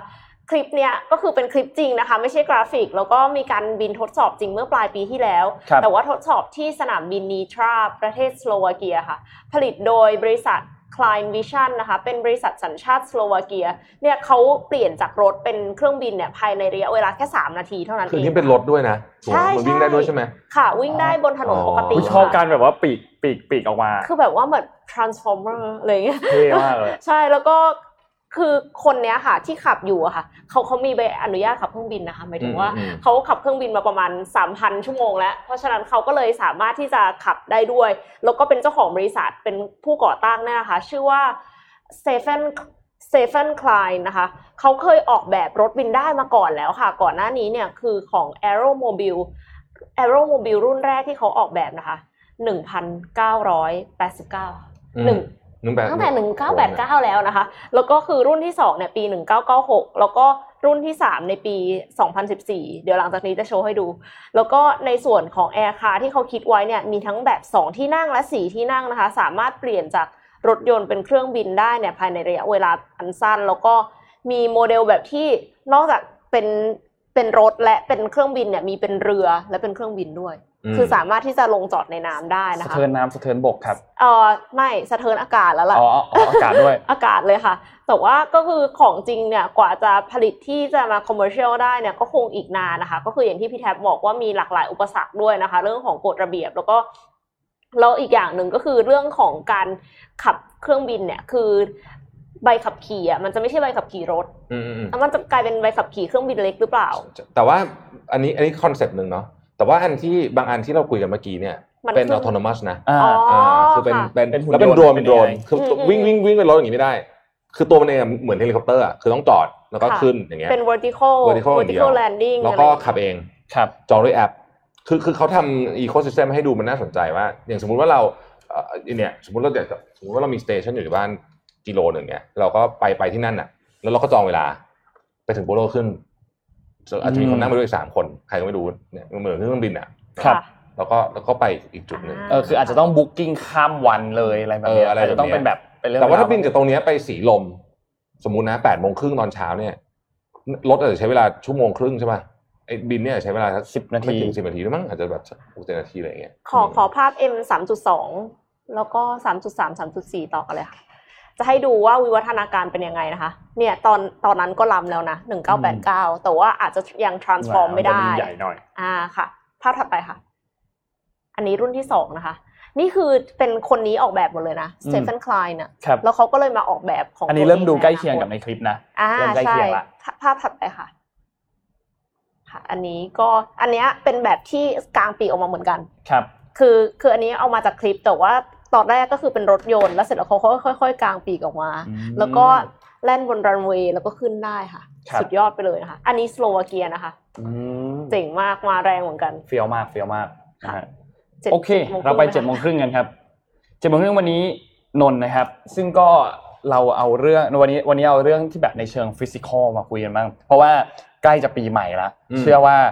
คลิปเนี้ยก็คือเป็นคลิปจริงนะคะไม่ใช่กราฟิกแล้วก็มีการบินทดสอบจริงเมื่อปลายปีที่แล้วแต่ว่าทดสอบที่สนามบินนีทราประเทศสโลวาเกียค่ะผลิตโดยบริษัท Klein Vision นะคะเป็นบริษัทสัญชาติสโลวาเกียเนี่ยเขาเปลี่ยนจากรถเป็นเครื่องบินเนี่ยภายในระยะเวลาแค่3นาทีเท่านั้นเองคือนี่เป็นรถด้วยนะมันวิ่งได้ด้วยใช่ไหมค่ะวิ่งได้บนถนนปกติชอบการแบบว่าปีกออกมาคือแบบว่าเหมือน transformer อะไรอย่างเงี้ยเท่มากเลยใช่แล้วก็คือคนเนี้ยค่ะที่ขับอยู่อะค่ะเขามีใบอนุญาตขับเครื่องบินนะคะหมายถึงว่าเขาขับเครื่องบินมาประมาณ 3,000 ชั่วโมงแล้วเพราะฉะนั้นเขาก็เลยสามารถที่จะขับได้ด้วยแล้วก็เป็นเจ้าของบริษัทเป็นผู้ก่อตั้งนะคะชื่อว่าสเตฟานคลายนะคะเขาเคยออกแบบรถบินได้มาก่อนแล้วค่ะก่อนหน้านี้เนี่ยคือของ Aeromobile รุ่นแรกที่เขาออกแบบนะคะ1989ตั้งแต่1989แล้วนะคะแล้วก็คือรุ่นที่2เนี่ยปี1996แล้วก็รุ่นที่3ในปี2014เดี๋ยวหลังจากนี้จะโชว์ให้ดูแล้วก็ในส่วนของ Air Car ที่เขาคิดไว้เนี่ยมีทั้งแบบ2ที่นั่งและ4ที่นั่งนะคะสามารถเปลี่ยนจากรถยนต์เป็นเครื่องบินได้เนี่ยภายในระยะเวลาอันสั้นแล้วก็มีโมเดลแบบที่นอกจากเป็นรถและเป็นเครื่องบินเนี่ยมีเป็นเรือและเป็นเครื่องบินด้วยคือสามารถที่จะลงจอดในน้ำได้นะคะสะเทินน้ำสะเทินบกครับไม่สะเทินอากาศแล้วล่ะอากาศด้วยอากาศเลยค่ะแต่ว่าก็คือของจริงเนี่ยกว่าจะผลิตที่จะมาคอมเมอร์เชียลได้เนี่ยก็คงอีกนานนะคะก็คืออย่างที่พี่แท็บบอกว่ามีหลากหลายอุปสรรคด้วยนะคะเรื่องของกฎระเบียบแล้วอีกอย่างหนึ่งก็คือเรื่องของการขับเครื่องบินเนี่ยคือใบขับขี่อ่ะมันจะไม่ใช่ใบขับขี่รถมันจะกลายเป็นใบขับขี่เครื่องบินเล็กหรือเปล่าแต่ว่าอันนี้คอนเซ็ปต์นึงเนาะแต่ว่าอันที่บางอันที่เราคุยกันเมื่อกี้เนี่ยเป็น autonomous นะคือเป็นแล้วเป็นโดรนคือวิ่งเป็นรถอย่างนี้ไม่ได้คือตัวมันเองเหมือนเฮลิคอปเตอร์อ่ะคือต้องจอดแล้วก็ขึ้นอย่างเงี้ยเป็น vertical landing แล้วก็ขับเองจองด้วยแอปคือเขาทำ ecosystem ให้ดูมันน่าสนใจว่าอย่างสมมุติว่าเราเนี่ยสมมุติว่าเรามีสเตชันอยู่ที่บ้านกิโลนึงเนี่ยเราก็ไปที่นั่นน่ะแล้วเราก็จองเวลาไปถึงโบโลขึ้นอาจจะมีคนนั่งไปด้วย3คนใครก็ไม่รู้เนี่ยเหมือนเครื่องบินอ่ะครับแล้วก็ไปอีกจุดนึงคืออาจจะต้องบุ๊กกิ้งข้ามวันเลยอะไรแบบนี้อาจจะต้องเป็นแบบแต่ว่าถ้าบินจากตรงนี้ไปสีลมสมมุตินะ 8:30 นตอนเช้าเนี่ยรถอาจจะใช้เวลาชั่วโมงครึ่งใช่ป่ะไอ้บินเนี่ยใช้เวลาสัก 10 นาทีไม่ถึง10 นาทีมั้งอาจจะแบบ60 นาทีอะไรอย่างเงี้ยขอภาพ M 3.2 แล้วก็ 3.3 3.4 ต่อกันเลยค่ะจะให้ดูว่าวิวัฒนาการเป็นยังไงนะคะเนี่ยตอนนั้นก็ล้ำแล้วนะ1989แต่ว่าอาจจะยัง transform ไม่ได้ใหญ่หน่อยค่ะภาพถัดไปค่ะอันนี้รุ่นที่2นะคะนี่คือเป็นคนนี้ออกแบบหมดเลยนะสเตฟานคลายน่ะแล้วเขาก็เลยมาออกแบบของอันนี้เริ่มดูใกล้เคียงกับในคลิปนะเริ่มใกล้เคียงละภาพถัดไปค่ะอันนี้เป็นแบบที่กลางปีออกมาเหมือนกันครับคืออันนี้เอามาจากคลิปแต่ว่าตอนแรกก็คือเป็นรถยนต์แล้วเสร็จแล้วเขาค่อยๆกลางปีกออกมาแล้วก็แล่นบนรันเวย์แล้วก็ขึ้นได้ค่ะสุดยอดไปเลยนะคะอันนี้สโลวาเกียนะคะเจ๋งมากมาแรงเหมือนกันเฟี้ยวมากโอเคเราไป 7:30 นกันครับ 7:30 นวันนี้นนท์นะครับซึ่งก็เราเอาเรื่องวันนี้เอาเรื่องที่แบบในเชิงฟิสิกอลมาคุยกันบ้างเพราะว่าใกล้จะปีใหม่แล้วเชื่อว่า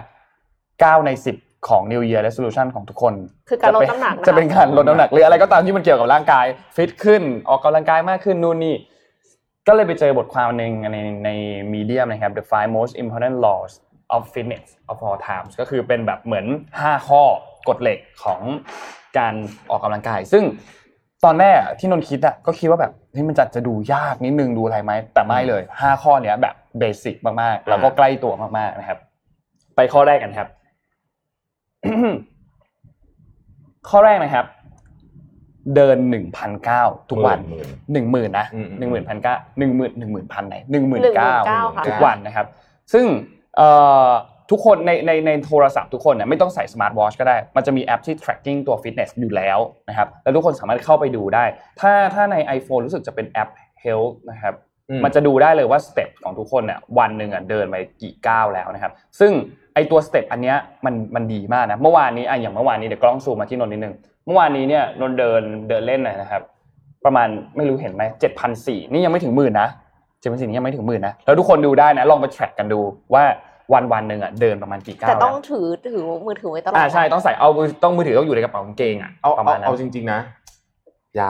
9 ใน 10ของ New Year Resolution ของทุกคนคือการลดน้ำหนักจะเป็นการลดน้ำหนักหรืออะไรก็ตามที่มันเกี่ยวกับร่างกายฟิตขึ้นออกกำลังกายมากขึ้นนู่นนี่ก็เลยไปเจอบทความนึงในมีเดียมนะครับ The 5 Most Important Laws of Fitness of All Times ก็คือเป็นแบบเหมือน5ข้อกฎเหล็กของการออกกำลังกายซึ่งตอนแรกที่นนท์คิดก็คิดว่าแบบมันจะดูยากนิดนึงดูอะไรไหมแต่ไม่เลย5ข้อเนี้ยแบบเบสิกมากๆแล้วก็ใกล้ตัวมากๆนะครับไปข้อแรกกันครับ ข้อแรกนะครับเดิน 1,900 ทุกวัน 10,000 นะ 10,900 10,000 ไหน 19,000 ทุกวันนะครับซึ่งทุกคนในโทรศัพท์ทุกคนเนี่ยไม่ต้องใส่สมาร์ทวอทช์ก็ได้มันจะมีแอปที่ tracking ตัว fitness อยู่แล้วนะครับแล้วทุกคนสามารถเข้าไปดูได้ถ้าใน iPhone รู้สึกจะเป็นแอป Health นะครับมันจะดูได้เลยว่าสเต็ปของทุกคนเนี่ยวันนึงเดินไปกี่ก้าวแล้วนะครับซึ่งไอตัวสเต็ปอันเนี้ยมันดีมากนะเมื่อวานนี้อย่างเมื่อวานนี้เดี๋ยวกล้องซูมมาที่นนท์นิดนึงเมื่อวานนี้เนี่ยนนท์เดินเล่นนะครับประมาณไม่รู้เห็นมั้ย 7,400 นี่ยังไม่ถึงหมื่นนะ 7,400 นี่ยังไม่ถึงหมื่นนะแล้วทุกคนดูได้นะลองไปแทร็กกันดูว่าวันนึงเดินประมาณกี่ก้าวแต่ต้องถือมือถือไว้ตลอดใช่ต้องใส่ต้องมือถือต้องอยู่ในกระเป๋ากางเกงประมาณนั้นเอาจริงๆนะยาก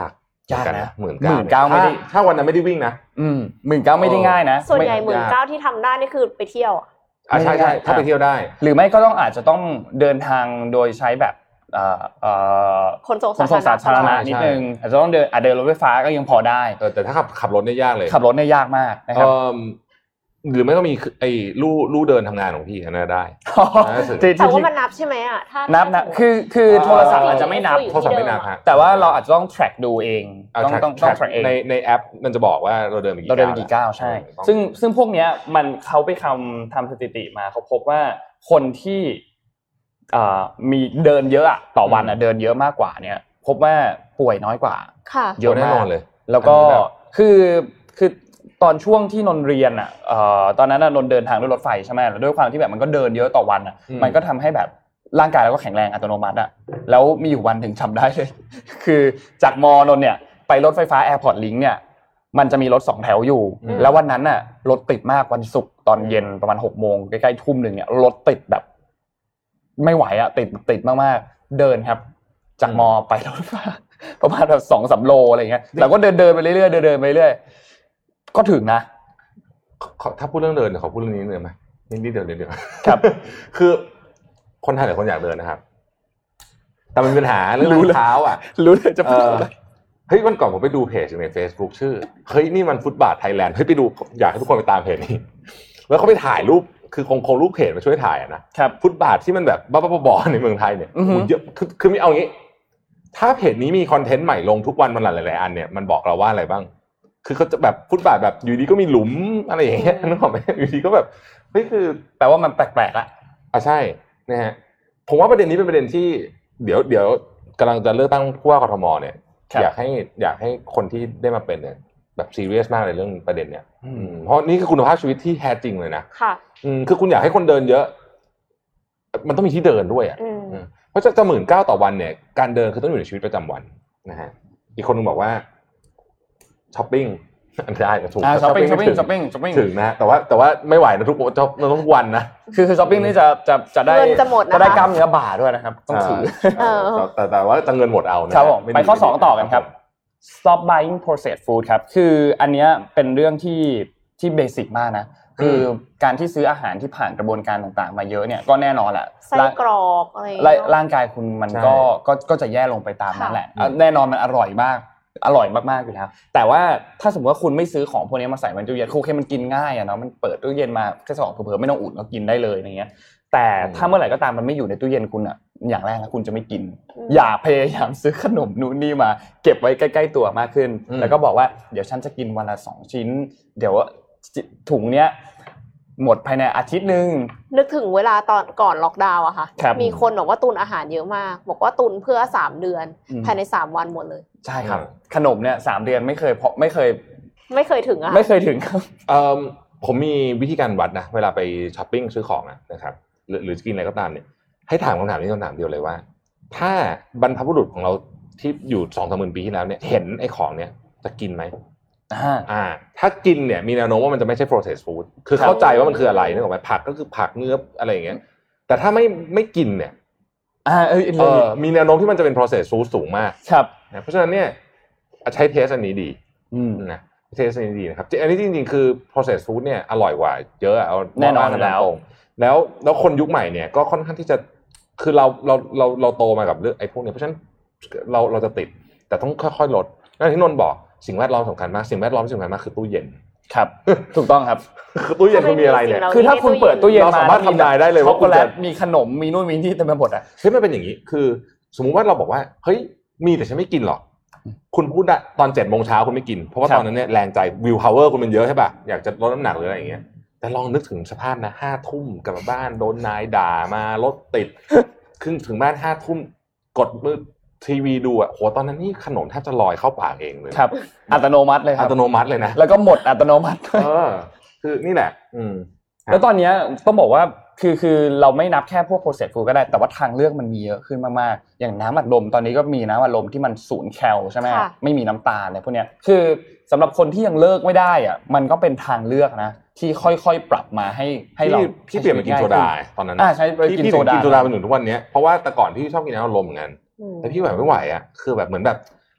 ยากนะ 19,000ไม่ได้ถ้าวันนั้นไม่ได้วิ่งนะ 19,000ไม่ได้ง่ายนะส่วนใหญ่19,000ที่ทำได้นี่คือไปเที่ยวใช่ๆถ้าไปเที่ยวได้หรือไม่ก็ต้องอาจจะต้องเดินทางโดยใช้แบบขนส่งสาธารณะนิดนึงอาจจะต้องเดินรถไฟฟ้าก็ยังพอได้แต่ถ้าขับรถเนี่ยยากเลยขับรถเนี่ยยากมากนะครับหรือไม่ก็มีไอ้ลู่เดินทำงานของพี่อันนั้นได้แต่ว่ามันนับใช่ไหมอ่ะถ้านับคือโทรศัพท์อาจจะไม่นับโทรศัพท์ไม่นับฮะแต่ว่าเราอาจจะต้อง track ดูเองต้อง track เองในแอปมันจะบอกว่าเราเดินไปกี่ก้าวใช่ซึ่งพวกเนี้ยมันเขาไปทำสถิติมาเขาพบว่าคนที่มีเดินเยอะอะต่อวันอะเดินเยอะมากกว่าเนี่ยพบว่าป่วยน้อยกว่าเยอะแน่นอนเลยแล้วก็คือตอนช่วงที่นนเรียนอ่ะตอนนั้นนนเดินทางด้วยรถไฟใช่ไหมแล้วด้วยความที่แบบมันก็เดินเยอะต่อวันอ่ะมันก็ทำให้แบบร่างกายเราก็แข็งแรงอัตโนมัติอ่ะแล้วมีอยู่วันถึงจำได้เลยคือจากมนนเนี่ยไปรถไฟฟ้า Airport Link เนี่ยมันจะมีรถ2แถวอยู่แล้ววันนั้นน่ะรถติดมากวันศุกร์ตอนเย็นประมาณ 6:00 นใกล้ๆ ทุ่มนึงเนี่ยรถติดแบบไม่ไหวอ่ะติดมากๆเดินครับจากมไปรถไฟฟ้าประมาณแบบ 2-3 โลอะไรเงี้ยแล้วก็เดินไปเรื่อยๆเดินไปเรื่อยก็ถึงนะถ้าพูดเรื่องเดินขอพูดเรื่องนี้เลยไหมนี่เดินเดียวครับคือคนไทยหลายคนอยากเดินนะครับแต่มันมีปัญหาเรื่องเท้าอ่ะรู้เลยจะพูดอะไรเฮ้ยวันก่อนผมไปดูเพจใน Facebook ชื่อเฮ้ยนี่มันฟุตบาทไทยแลนด์เฮ้ยไปดูอยากให้ทุกคนไปตามเพจนี้แล้วเขาไปถ่ายรูปคือคงรูปเพจมาช่วยถ่ายนะครับฟุตบาทที่มันแบบบ้าๆบอๆในเมืองไทยเนี่ยเยอะคือไม่เอางี้ถ้าเพจนี้มีคอนเทนต์ใหม่ลงทุกวันหลายๆอันเนี่ยมันบอกเราว่าอะไรบ้างคือเขาจะแบบฟุตบาทแบบอยู่ดีก็มีหลุมอะไรอย่างเงี้ยนึกออกไหมอยู่ดีก็แบบเฮ้ยคือแปลว่ามันแปลกๆละใช่นะฮะผมว่าประเด็นนี้เป็นประเด็นที่เดี๋ยวกำลังจะเลือกตั้งผู้ว่ากทมเนี่ยอยากให้คนที่ได้มาเป็นเนี่ยแบบซีเรียสมากเลยเรื่องประเด็นเนี่ยเพราะนี่คือคุณภาพชีวิตที่แท้จริงเลยนะค่ะคือคุณอยากให้คนเดินเยอะมันต้องมีที่เดินด้วยอ่ะเพราะจะ19,000ต่อวันเนี่ยการเดินคือต้องอยู่ในชีวิตประจำวันนะฮะอีกคนนึงบอกว่าช้อปปิ้งได้ถูกช้อปปิ้งถึงนะแต่ว่าไม่ไหวนะทุกวันนะคือช้อปปิ้งนี่จะได้กล้ามเนื้อบ่าด้วยนะครับต้องถือแต่ว่าจะเงินหมดเอานะครับไปข้อ2ต่อกันครับ stop buying processed food ครับคืออันเนี้ยเป็นเรื่องที่เบสิกมากนะคือการที่ซื้ออาหารที่ผ่านกระบวนการต่างๆมาเยอะเนี่ยก็แน่นอนแหละไส้กรอกอะไรร่างกายคุณมันก็จะแย่ลงไปตามนั้นแหละแน่นอนมันอร่อยมากอยู่แล้วแต่ว่าถ้าสมมติว่าคุณไม่ซื้อของพวกนี้มาใส่ในตู้เย็นโอเคมันกินง่ายอ่ะเนาะมันเปิดตู้เย็นมาแค่2เผลอๆไม่ต้องอุ่นก็กินได้เลยอย่างเงี้ยแต่ถ้าเมื่อไหร่ก็ตามมันไม่อยู่ในตู้เย็นคุณอ่ะอย่างแรกนะคุณจะไม่กินอย่าพยายามซื้อขนมนู่นนี่มาเก็บไว้ใกล้ๆตัวมากขึ้นแล้วก็บอกว่าเดี๋ยวฉันจะกินวันละ2ชิ้นเดี๋ยวถุงเนี้ยหมดภายในอาทิตย์นึงนึกถึงเวลาตอนก่อนล็อกดาวน์อะค่ะมีคนบอกว่าตุนอาหารเยอะมากบอกว่าตุนเพื่อ3เดือนภายใน3วันหมดเลยใช่ครับขนมเนี่ย3เดือนไม่เคยถึงอะไม่เคยถึงครับผมมีวิธีการวัดนะเวลาไปช้อปปิ้งซื้อของนะครับหรือกินอะไรก็ตามเนี่ยให้ถามคำถามนี้คำถามเดียวเลยว่าถ้าบรรพบุรุษของเราที่อยู่ 2-3 หมื่นปีที่แล้วเนี่ยเห็นไอ้ของเนี่ยจะกินไหมถ้ากินเนี่ยมีแนวโน้มว่ามันจะไม่ใช่ processed food คือเข้าใจว่ามันคืออะไรนึกออกไหมผักก็คือผักเนื้ออะไรอย่างเงี้ยแต่ถ้าไม่กินเนี่ยมีแนวโน้มที่มันจะเป็น processed food สูงมากครับเพราะฉะนั้นเนี่ยใช้เทสอันนี้ดีนะเทสอันนี้ดีนะครับอันนี้จริงๆคือ processed food เนี่ยอร่อยกว่าเยอะเอาแน่นอนแล้วคนยุคใหม่เนี่ยก็ค่อนข้างที่จะคือเราโตมากับเรื่องไอ้พวกนี้เพราะฉะนั้นเราจะติดแต่ต้องค่อยๆลดนั่นที่นนท์บอกสิ่งแวดล้อมสำคัญมากสิ่งแวดล้อมที่สำคัญมากคือตู้เย็นครับถูกต้องครับคือตู้เย็นคุณมีอะไรเนี่ยคือถ้าคุณเปิดตู้เย็นมาสามารถทำนายได้เลยว่าคุณจะมีขนมมีนู่นมีนี่เต็มไปหมดอ่ะเฮ้ยมันเป็นอย่างนี้คือสมมุติว่าเราบอกว่าเฮ้ยมีแต่ฉันไม่กินหรอกคุณพูดได้ตอน 7:00 นคุณไม่กินเพราะว่าตอนนั้นเนี่ยแรงใจวิวพาวเวอร์คุณมันเยอะใช่ป่ะอยากจะลดน้ำหนักหรืออะไรอย่างเงี้ยแต่ลองนึกถึงสภาพนะ5 ทุ่มกลับบ้านโดนนายด่ามารถติดถึงบ้าน5 ทุ่มกดมือทีวีดูอ่ะโหตอนนั้นนี่ขนมแทบจะลอยเข้าปากเองเลยครับอัตโนมัติเลยครับอัตโนมัติเลยนะแล้วก็หมดอัตโนมัติคือนี่แหละแล้วตอนนี้ต้องบอกว่าคือเราไม่นับแค่พวก processed food ก็ได้แต่ว่าทางเลือกมันมีเยอะขึ้นมากๆอย่างน้ำอัดลมตอนนี้ก็มีน้ำอัดลมที่มัน0 แคลใช่ไหมไม่มีน้ำตาลอะไรพวกเนี้ยคือสำหรับคนที่ยังเลิกไม่ได้อ่ะมันก็เป็นทางเลือกนะที่ค่อยๆปรับมาให้เราพี่เปลี่ยนมากินโซดาตอนนั้นใช่กินโซดามาถึงทุกวันนี้เพราะว่าแต่ก่อนพี่ชอบกินน้ำอัดลมเหมือนกันแต่พี่แบบไม่ไหวอ่ะคือแบบเหมือนแบบ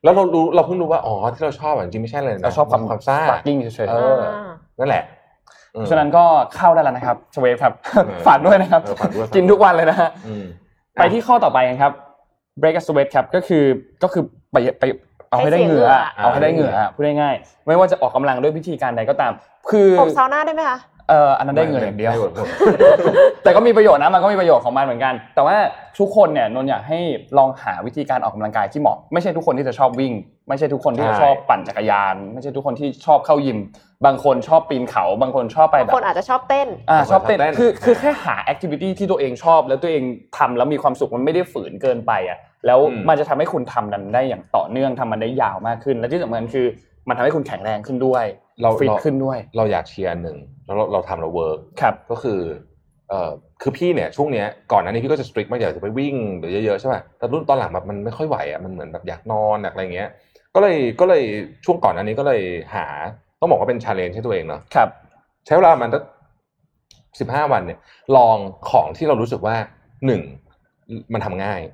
แล้วเราเพิ่งรู้ว่าอ๋อที่เราชอบจริงๆไม่ใช่เลยนะเราชอบความซ่ายิ่งเฉยๆนั่นแหละเพราะฉะนั้นก็เข้าได้แล้วนะครับสเวฟครับฝากด้วยนะครับกินทุกวันเลยนะฮะไปที่ข้อต่อไปกันครับ break a sweat ครับก็คือไปเอาให้ได้เหงื่อพูดง่ายๆไม่ว่าจะออกกำลังด้วยวิธีการใดก็ตามคืออบซาวน่าได้ไหมคะอันนั้นได้เหงื่ออย่างเดียวแต่ก็มีประโยชน์นะมันก็มีประโยชน์ของมันเหมือนกันแต่ว่าทุกคนเนี่ยนนอยากให้ลองหาวิธีการออกกำลังกายที่เหมาะไม่ใช่ทุกคนที่จะชอบวิ่งไม่ใช่ทุกคนที่จะชอบปั่นจักรยานไม่ใช่ทุกคนที่ชอบเข้ายิมบางคนชอบปีนเขาบางคนชอบไปแบบบางคนอาจจะชอบเต้นชอบเต้นคือแค่หาแอคทิวิตี้ที่ตัวเองชอบแล้วตัวเองทำแล้วมีความสุขมันไม่ได้ฝืนเกินไปอ่ะแล้วมันจะทำให้คุณทำนั้นได้อย่างต่อเนื่องทำมันได้ยาวมากขึ้นและที่สำคัญคือมันทำให้คุณแข็งแรงขึ้นด้วยฟิตขึ้นด้วยเราอยากเชียร์หนึ่งแล้วเราทำเราเวิร์กก็คือพี่เนี่ยช่วงเนี้ยก่อนหน้านี้พี่ก็จะสตริกมากอยากจะไปวิ่งหรือเยอะๆใช่ป่ะแต่รุ่นตอนหลังแบบมันไม่ค่อยไหวอ่ะมันเหมือนแบบอยากนอนอะไรเงี้ยก็เลยช่วงก่อนหน้านี้ก็เลยหาต้องบอกว่าเป็น challenge ให้ตัวเองเนาะครับใช้เวลามันสัก15 วันเนี่ยลองของที่เรารู้สึกว่า1มันทำง่าย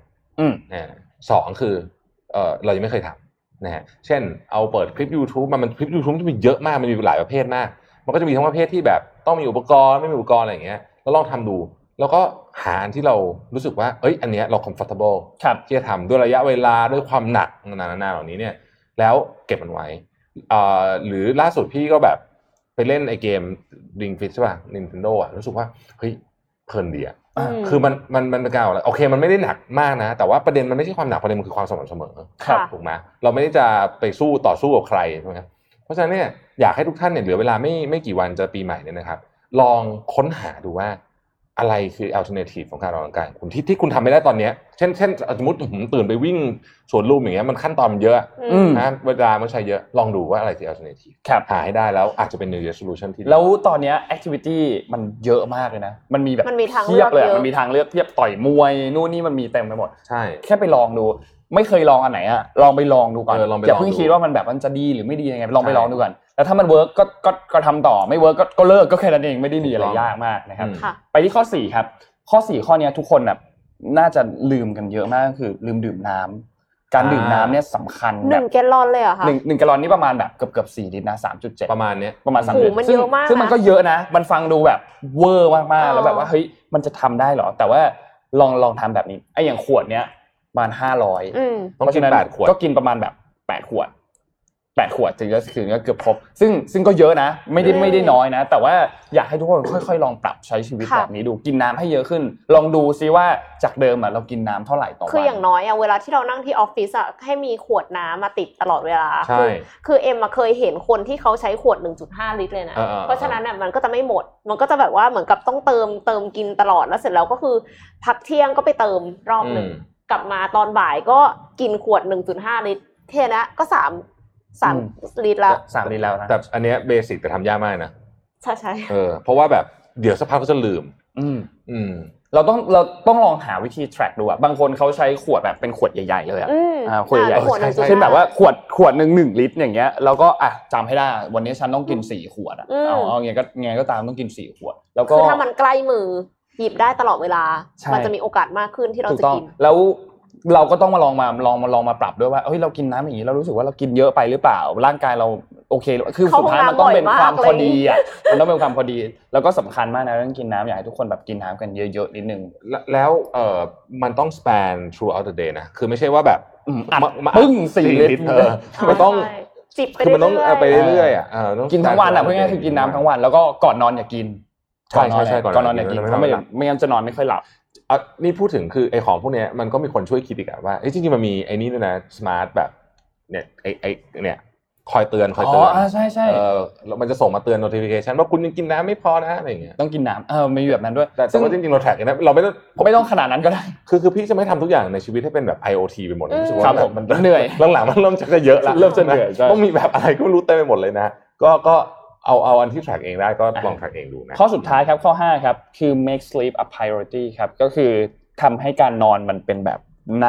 2คือเรายังไม่เคยทำนะฮะเช่นเอาเปิดคลิป YouTube มันคลิป YouTube ที่มีเยอะมากมันมีหลายประเภทมากมันก็จะมีทั้งประเภทที่แบบต้องมีอุปกรณ์ไม่มีอุปกรณ์อะไรอย่างเงี้ยแล้วลองทำดูแล้วก็หาอันที่เรารู้สึกว่าอันเนี้ยเรา comfortable ที่จะทำด้วยระยะเวลาด้วยความหนักนาเหล่านี้เนี่ยแล้วเก็บมันไว้หรือล่าสุดพี่ก็แบบไปเล่นไอเกม Ring Fit ใช่ป่ะ Nintendo อ่ะรู้สึกว่าเฮ้ยเพลินดีอ่ะคือมันเป็นการโอเคมันไม่ได้หนักมากนะแต่ว่าประเด็นมันไม่ใช่ความหนักประเด็นมันคือความสม่ำเสมอถูกไหมเราไม่ได้จะไปต่อสู้กับใครใช่ไหมครับเพราะฉะนั้นเนี่ยอยากให้ทุกท่านเนี่ยเหลือเวลาไม่กี่วันจะปีใหม่เนี่ยนะครับลองค้นหาดูว่าอะไรคือ alternative ของการออกกำลังกายคุณที่คุณทำไม่ได้ตอนนี้เช่นสมมติผมตื่นไปวิ่งสวนลุมอย่างเงี้ยมันขั้นตอนมันเยอะนะเวลามันใช้เยอะลองดูว่าอะไรคือ alternative หาให้ได้แล้วอาจจะเป็น New Year Resolution ที่แล้วตอนนี้ activity มันเยอะมากเลยนะมันมีแบบเทียบเลยมันมีทางเลือกเทียบต่อยมวยนู่นนี่มันมีเต็มไปหมดใช่แค่ไปลองดูไม่เคยลองอันไหนอะลองไปลองดูก่อนอย่าเพิ่งคิดว่ามันแบบมันจะดีหรือไม่ดียังไงลองไปลองดูก่อนแล้วถ้ามันเวิร์กก็ทำต่อไม่เวิร์กก็เลิกก็แค่นั้นเองไม่ได้มีอะไรยากมากนะครับไปที่ข้อ4ครับข้อ4ข้อนี้ทุกคนแบบน่าจะลืมกันเยอะมากก็คือลืมดื่มน้ำการดื่มน้ำเนี่ยสำคัญแบบ 1 แกลลอนเลยเหรอคะ 1 แกลลอนนี่ประมาณแบบเกือบ4 ลิตรนะ 3.7 ประมาณนี้ประมาณ3 ลิตรมันเยอะมากซึ่งมันก็เยอะนะมันฟังดูแบบเวอร์มากๆแล้วแบบว่าเฮ้ยมันจะทำได้เหรอแต่ว่าลองทำแบบนี้ไอ้อย่างขวดเนี้ยประมาณ500 ต้องกิน8 ขวดก็กินประมาณแบบ8 ขวดถึงจะเกือบครบซึ่งก็เยอะนะไม่ได้น้อยนะแต่ว่าอยากให้ทุกคนค่อยๆลองปรับใช้ชีวิตแบบนี้ดูกินน้ำให้เยอะขึ้นลองดูซิว่าจากเดิมเรากินน้ำเท่าไหร่ต่อวันคืออย่างน้อยเวลาที่เรานั่งที่ออฟฟิศให้มีขวดน้ำมาติดตลอดเวลาคือเอ็มเคยเห็นคนที่เขาใช้ขวด 1.5 ลิตรเลยนะเพราะฉะนั้นมันก็จะไม่หมดมันก็จะแบบว่าเหมือนกับต้องเติมกินตลอดแล้วเสร็จแล้วก็คือพักเที่ยงก็ไปเติมรอบนึงกลับมาตอนบ่ายก็กินขวด 1.5 ลิตรเท่านั้นก็3 ลิตรแล้ว 3 ลิตรแล้วนะแต่อันเนี้ยเบสิกแต่ทำยากมากนะใช่เพราะว่าแบบเดี๋ยวสักพักก็จะลืมเราต้องลองหาวิธี track ดูบางคนเขาใช้ขวดแบบเป็นขวดใหญ่ๆเลยขวดใหญ่ๆเช่นแบบว่าขวดนึง1 ลิตรอย่างเงี้ยแล้วก็จำให้ได้วันนี้ฉันต้องกิน4 ขวดเอาไงก็ตามต้องกิน4 ขวดแล้วก็คือถ้ามันใกล้มือหยิบได้ตลอดเวลามันจะมีโอกาสมากขึ้นที่เราจะกินแล้วเราก็ต้องมาลองมาปรับด้วยว่าเฮ้ยเรากินน้ำอย่างนี้เรารู้สึกว่าเรากินเยอะไปหรือเปล่าร่างกายเราโอเคคือสุดท้ายมันต้องเป็นความพอดีมันต้องเป็นความพอดีแล้วก็สำคัญมากนะเรื่องกินน้ำอยากให้ทุกคนแบบกินน้ำกันเยอะๆนิดนึงแล้วมันต้อง span throughout the day นะคือไม่ใช่ว่าแบบปึ้ง4 ลิตรมันต้องคือมันต้องไปเรื่อยๆกินทั้งวันพูดง่ายๆคือกินน้ำทั้งวันแล้วก็ก่อนนอนอย่ากินก่อนนอนอย่ากินเพราะไม่งั้นจะนอนไม่ค่อยหลับนี่พูดถึงคือไอ้ของพวกนี้มันก็มีคนช่วยคิดอีกว่าจริงๆมันมีไอ้นี่ด้วยนะสมาร์ทแบบเนี่ยไอ้เนี่ยคอยเตือนใช่แล้วมันจะส่งมาเตือน notification ว่าคุณยังกินน้ำไม่พอนะอะไรอย่างเงี้ยต้องกินน้ำมีแบบนั้นด้วยแต่ว่าจริงๆเราแทร็กนะเราไม่ต้องขนาดนั้นก็ได้คือพี่จะไม่ทำทุกอย่างในชีวิตให้เป็นแบบ IoT ไปหมดรู้สึกว่ามันเหนื่อยหลังๆมันเริ่มจะเยอะละเริ่มจะเหนื่อยต้องมีแบบอะไรก็ไม่รู้เต็มไปหมดเลยนะก็เอาอันที่ track เองได้ก็ลอง track เองดูนะข้อสุดท้ายครับข้อ5ครับคือ make sleep a priority ครับก็คือทำให้การนอนมันเป็นแบบ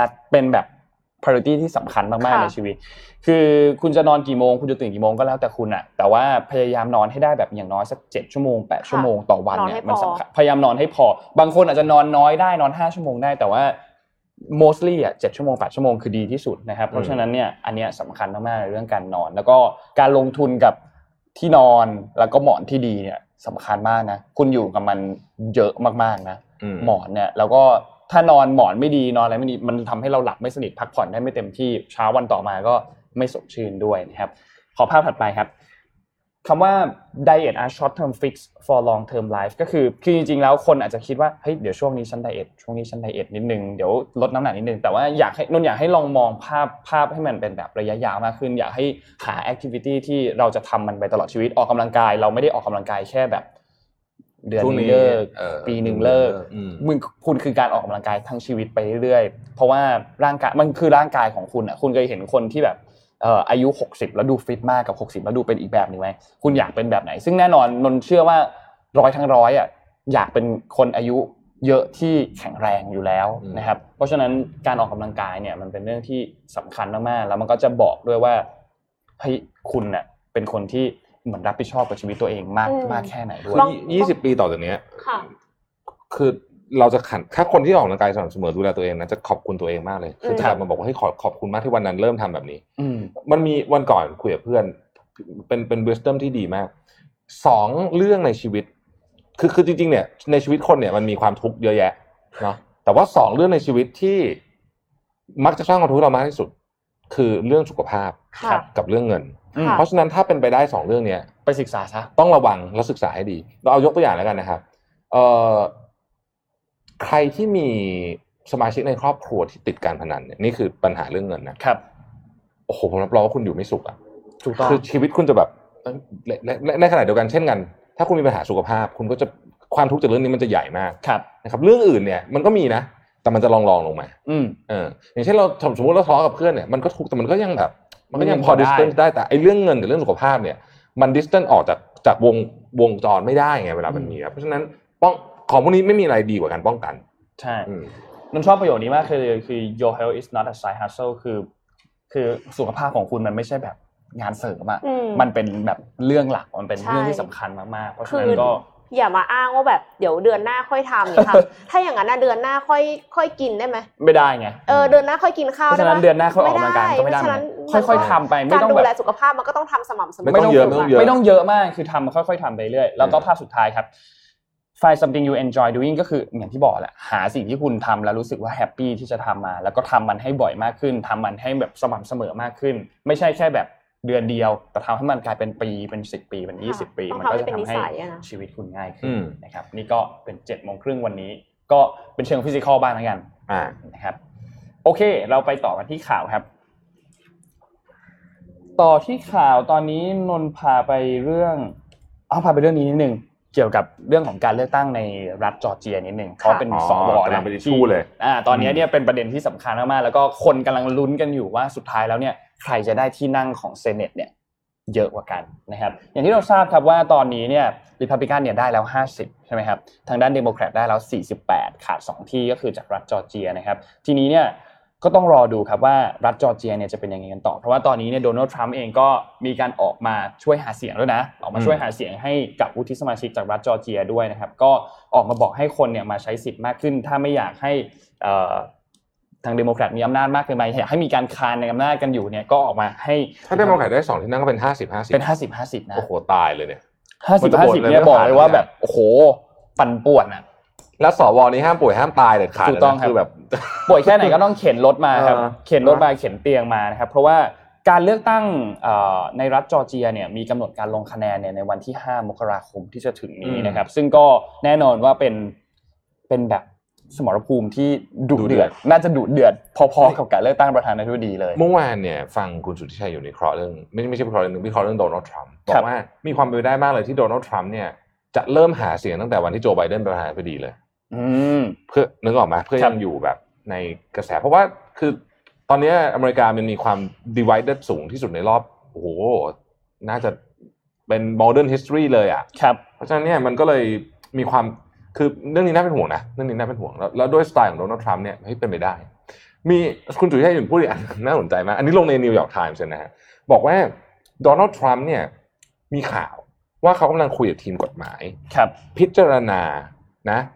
priority ที่สำคัญมากๆในชีวิตคือคุณจะนอนกี่โมงคุณจะตื่นกี่โมงก็แล้วแต่คุณแต่ว่าพยายามนอนให้ได้แบบอย่างน้อยสัก7 ชั่วโมง8 ชั่วโมงต่อวันเนี่ยมันสำคัญพยายามนอนให้พอบางคนอาจจะนอนน้อยได้นอน5 ชั่วโมงได้แต่ว่า mostly 7 ชั่วโมง 8 ชั่วโมงคือดีที่สุดนะครับเพราะฉะนั้นเนี่ยอันเนี้ยสำคัญมากๆในเรื่องการนอนแล้วก็การลงทุนกับที่นอนแล้วก็หมอนที่ดีเนี่ยสำคัญมากนะคุณอยู่กับมันเยอะมากๆนะหมอนเนี่ยแล้วก็ถ้านอนหมอนไม่ดีนอนอะไรไม่ดีมันทำให้เราหลับไม่สนิทพักผ่อนได้ไม่เต็มที่เช้าวันต่อมาก็ไม่สดชื่นด้วยนะครับขอภาพถัดไปครับคำว่า diet are short term fix for long term life ก็คือจริงๆแล้วคนอาจจะคิดว่าเฮ้ยเดี๋ยวช่วงนี้ฉันไดเอทช่วงนี้ฉันไดเอทนิดนึงเดี๋ยวลดน้ำหนักนิดนึงแต่ว่าอยากให้ลองมองภาพให้มันเป็นแบบระยะยาวมากขึ้นอยากให้หา activity ที่เราจะทำมันไปตลอดชีวิตออกกำลังกายเราไม่ได้ออกกำลังกายแค่แบบเดือนนึงเลิกปีนึงเลิกคุณคือการออกกำลังกายทั้งชีวิตไปเรื่อยๆเพราะว่าร่างกายมันคือร่างกายของคุณอ่ะคุณเคยเห็นคนที่แบบอายุ60แล้วดูฟิตมากกับ60แล้วดูเป็นอีกแบบนึงมั้ยคุณอยากเป็นแบบไหนซึ่งแน่นอนนนเชื่อว่า100ทั้ง100อ่ะอยากเป็นคนอายุเยอะที่แข็งแรงอยู่แล้วนะครับเพราะฉะนั้นการออกกำลังกายเนี่ยมันเป็นเรื่องที่สำคัญมากๆแล้วมันก็จะบอกด้วยว่าเฮ้ยคุณน่ะเป็นคนที่เหมือนรับผิดชอบกับชีวิตตัวเองมากแค่ไหนด้วย 20ปีต่อจากนี้คือเราจะถ้าคนที่ออกกำลังกายสม่ำเสมอดูแลตัวเองนะจะขอบคุณตัวเองมากเลยคือจะมาบอกว่าให้ขอบคุณมากที่วันนั้นเริ่มทำแบบนี้มันมีวันก่อนคุยกับเพื่อนเป็น wisdom ที่ดีมาก2เรื่องในชีวิตคือจริงๆเนี่ยในชีวิตคนเนี่ยมันมีความทุกข์เยอะแยะเนาะแต่ว่า2เรื่องในชีวิตที่มักจะสร้างความทุกข์เรามากที่สุดคือเรื่องสุขภาพกับเรื่องเงินเพราะฉะนั้นถ้าเป็นไปได้2เรื่องนี้ไปศึกษาซะต้องระวังและศึกษาให้ดีเราเอายกตัวอย่างแล้วกันนะครับใครที่มีสมาชิกในครอบครัวที่ติดการพนันเนี่ยนี่คือปัญหาเรื่องเงินนะครับโอ้โหผมรับรองว่าคุณอยู่ไม่สุขอ่ะถูกต้องคือชีวิตคุณจะแบบในขณะเดียวกันเช่นกันถ้าคุณมีปัญหาสุขภาพคุณก็จะความทุกข์จากเรื่องนี้มันจะใหญ่มากนะครับเรื่องอื่นเนี่ยมันก็มีนะแต่มันจะลองลงมาอย่างเช่นเราสมมติเราทะเลาะกับเพื่อนเนี่ยมันก็ทุกข์แต่มันก็ยังแบบมันก็ยังพอ distance ได้แต่ไอ้เรื่องเงินกับเรื่องสุขภาพเนี่ยมัน distance ออกจากวงจรไม่ได้ไงเวลามันมีครับเพราะฉะนั้นของพวกนี้ไม่มีอะไรดีกว่าการป้องกันใช่นนชอบประโยคนี้มากคือ your health is not a side hustle คือสุขภาพของคุณมันไม่ใช่แบบงานเสริมอ่ะมันเป็นแบบเรื่องหลักมันเป็นเรื่องที่สำคัญมากๆเพราะฉะนั้นก็อย่ามาอ้างว่าแบบเดี๋ยวเดือนหน้าค่อยทำเนี่ยค่ะถ้าอย่างนั้นนะเดือนหน้าค่อยกินได้ไหมไม่ได้ไงเดือนหน้าค่อยกินข้าวได้ไหมเพราะฉะนั้นเดือนหน้าค่อยออกกำลังกายก็ไม่ได้ค่อยๆทำไปไม่ต้องแบบการดูแลสุขภาพมันก็ต้องทำสม่ำเสมอไม่ต้องเยอะมากคือทำค่อยๆทำไปเรื่อยแล้วก็ภาพสุดท้ายครับ find something you enjoy doing ก็คืออย่างที่บอกแหละหาสิ่งที่คุณทำแล้วรู้สึกว่าแฮปปี้ที่จะทำมาแล้วก็ทำมันให้บ่อยมากขึ้นทำมันให้แบบสม่ำเสมอมากขึ้นไม่ใช่แค่แบบเดือนเดียวแต่ทำให้มันกลายเป็นปีเป็น10ปีเป็น20ปีมันก็จะทำให้ชีวิตคุณง่ายขึ้นนะครับนี่ก็เป็น 7:30 น.วันนี้ก็เป็นเชิงฟิสิกอลบ้างแล้วกันนะครับโอเคเราไปต่อกันที่ข่าวครับต่อที่ข่าวตอนนี้นนพาไปเรื่องนี้นิดนึงเกี่ยวกับเรื่องของการเลือกตั้งในรัฐจอร์เจียนิดนึงเขาเป็นสวนะเป็นชู้เลยตอนนี้เนี่ยเป็นประเด็นที่สำคัญมากๆแล้วก็คนกำลังลุ้นกันอยู่ว่าสุดท้ายแล้วเนี่ยใครจะได้ที่นั่งของเซเนตเนี่ยเยอะกว่ากันนะครับอย่างที่เราทราบครับว่าตอนนี้เนี่ยริพับลิกันเนี่ยได้แล้ว50ใช่ไหมครับทางด้านเดโมแครตได้แล้ว48ขาด2ที่ก็คือจากรัฐจอร์เจียนะครับทีนี้เนี่ยก็ต้องรอดูครับว่ารัฐจอร์เจียเนี่ยจะเป็นยังไงกันต่อเพราะว่าตอนนี้เนี่ยโดนัลด์ทรัมป์เองก็มีการออกมาช่วยหาเสียงด้วยนะออกมาช่วยหาเสียงให้กับวุฒิสมาชิกจากรัฐจอร์เจียด้วยนะครับก็ออกมาบอกให้คนเนี่ยมาใช้สิทธิ์มากขึ้นถ้าไม่อยากให้ทางเดโมแครตมีอำนาจมากเกินไปอยากให้มีการคานในอำนาจกันอยู่เนี่ยก็ออกมาให้ถ้าเดโมแครตได้2ที่นั่งก็เป็น50-50 เป็น50-50นะโอ้โหตายเลยเนี่ย 50-50เนี่ยบอกเลยว่าแบบโอ้โหปั่นป่วนอ่ะแล้วสวนี่ห้ามป่วยห้ามตายเด็ดขาดเลยคือแบบป่วยแค่ไหนก็ต้องเข็นรถมาครับเข็นรถมาเข็นเตียงมานะครับเพราะว่าการเลือกตั้งในรัฐจอร์เจียเนี่ยมีกำหนดการลงคะแนนเนี่ยในวันที่5 มกราคมที่จะถึงนี้นะครับซึ่งก็แน่นอนว่าเป็นแบบสมรภูมิที่ดุเดือดน่าจะดุเดือดพอๆกับการเลือกตั้งประธานาธิบดีเลยเมื่อวานเนี่ยฟังคุณสุทธิชัยอยู่ในวิเคราะห์เรื่องไม่ใช่วิเคราะห์เรื่องวิเคราะห์เรื่องโดนัลด์ทรัมป์บอกว่ามีความเป็นไปได้มากเลยที่โดนัลด์ทรัมป์เนี่ยจะเริ่มหาเสียงตั้งแต่วันที่โจไบเดนเป็นประธานาธิบดีเลยเพื่อนึกออกไหมเพื่อยังอยู่แบบในกระแสเพราะว่าคือตอนนี้อเมริกามันมีความ divided สูงที่สุดในรอบโอ้โหน่าจะเป็น modern history เลยอ่ะเพราะฉะนั้นเนี่ยมันก็เลยมีความคือเรื่องนี้น่าเป็นห่วงนะเรื่องนี้น่าเป็นห่วงแล้วด้วยสไตล์ของโดนัลด์ทรัมป์เนี่ยให้เป็นไปได้มีคุณจุ๋ยให้อยู่พูดอีกอันน่าสนใจมากอันนี้ลงในนิวยอร์กไทมส์นะฮะบอกว่าโดนัลด์ทรัมป์เนี่ยมีข่าวว่าเขากำลังคุยกับทีมกฎหมายพิจารณานะ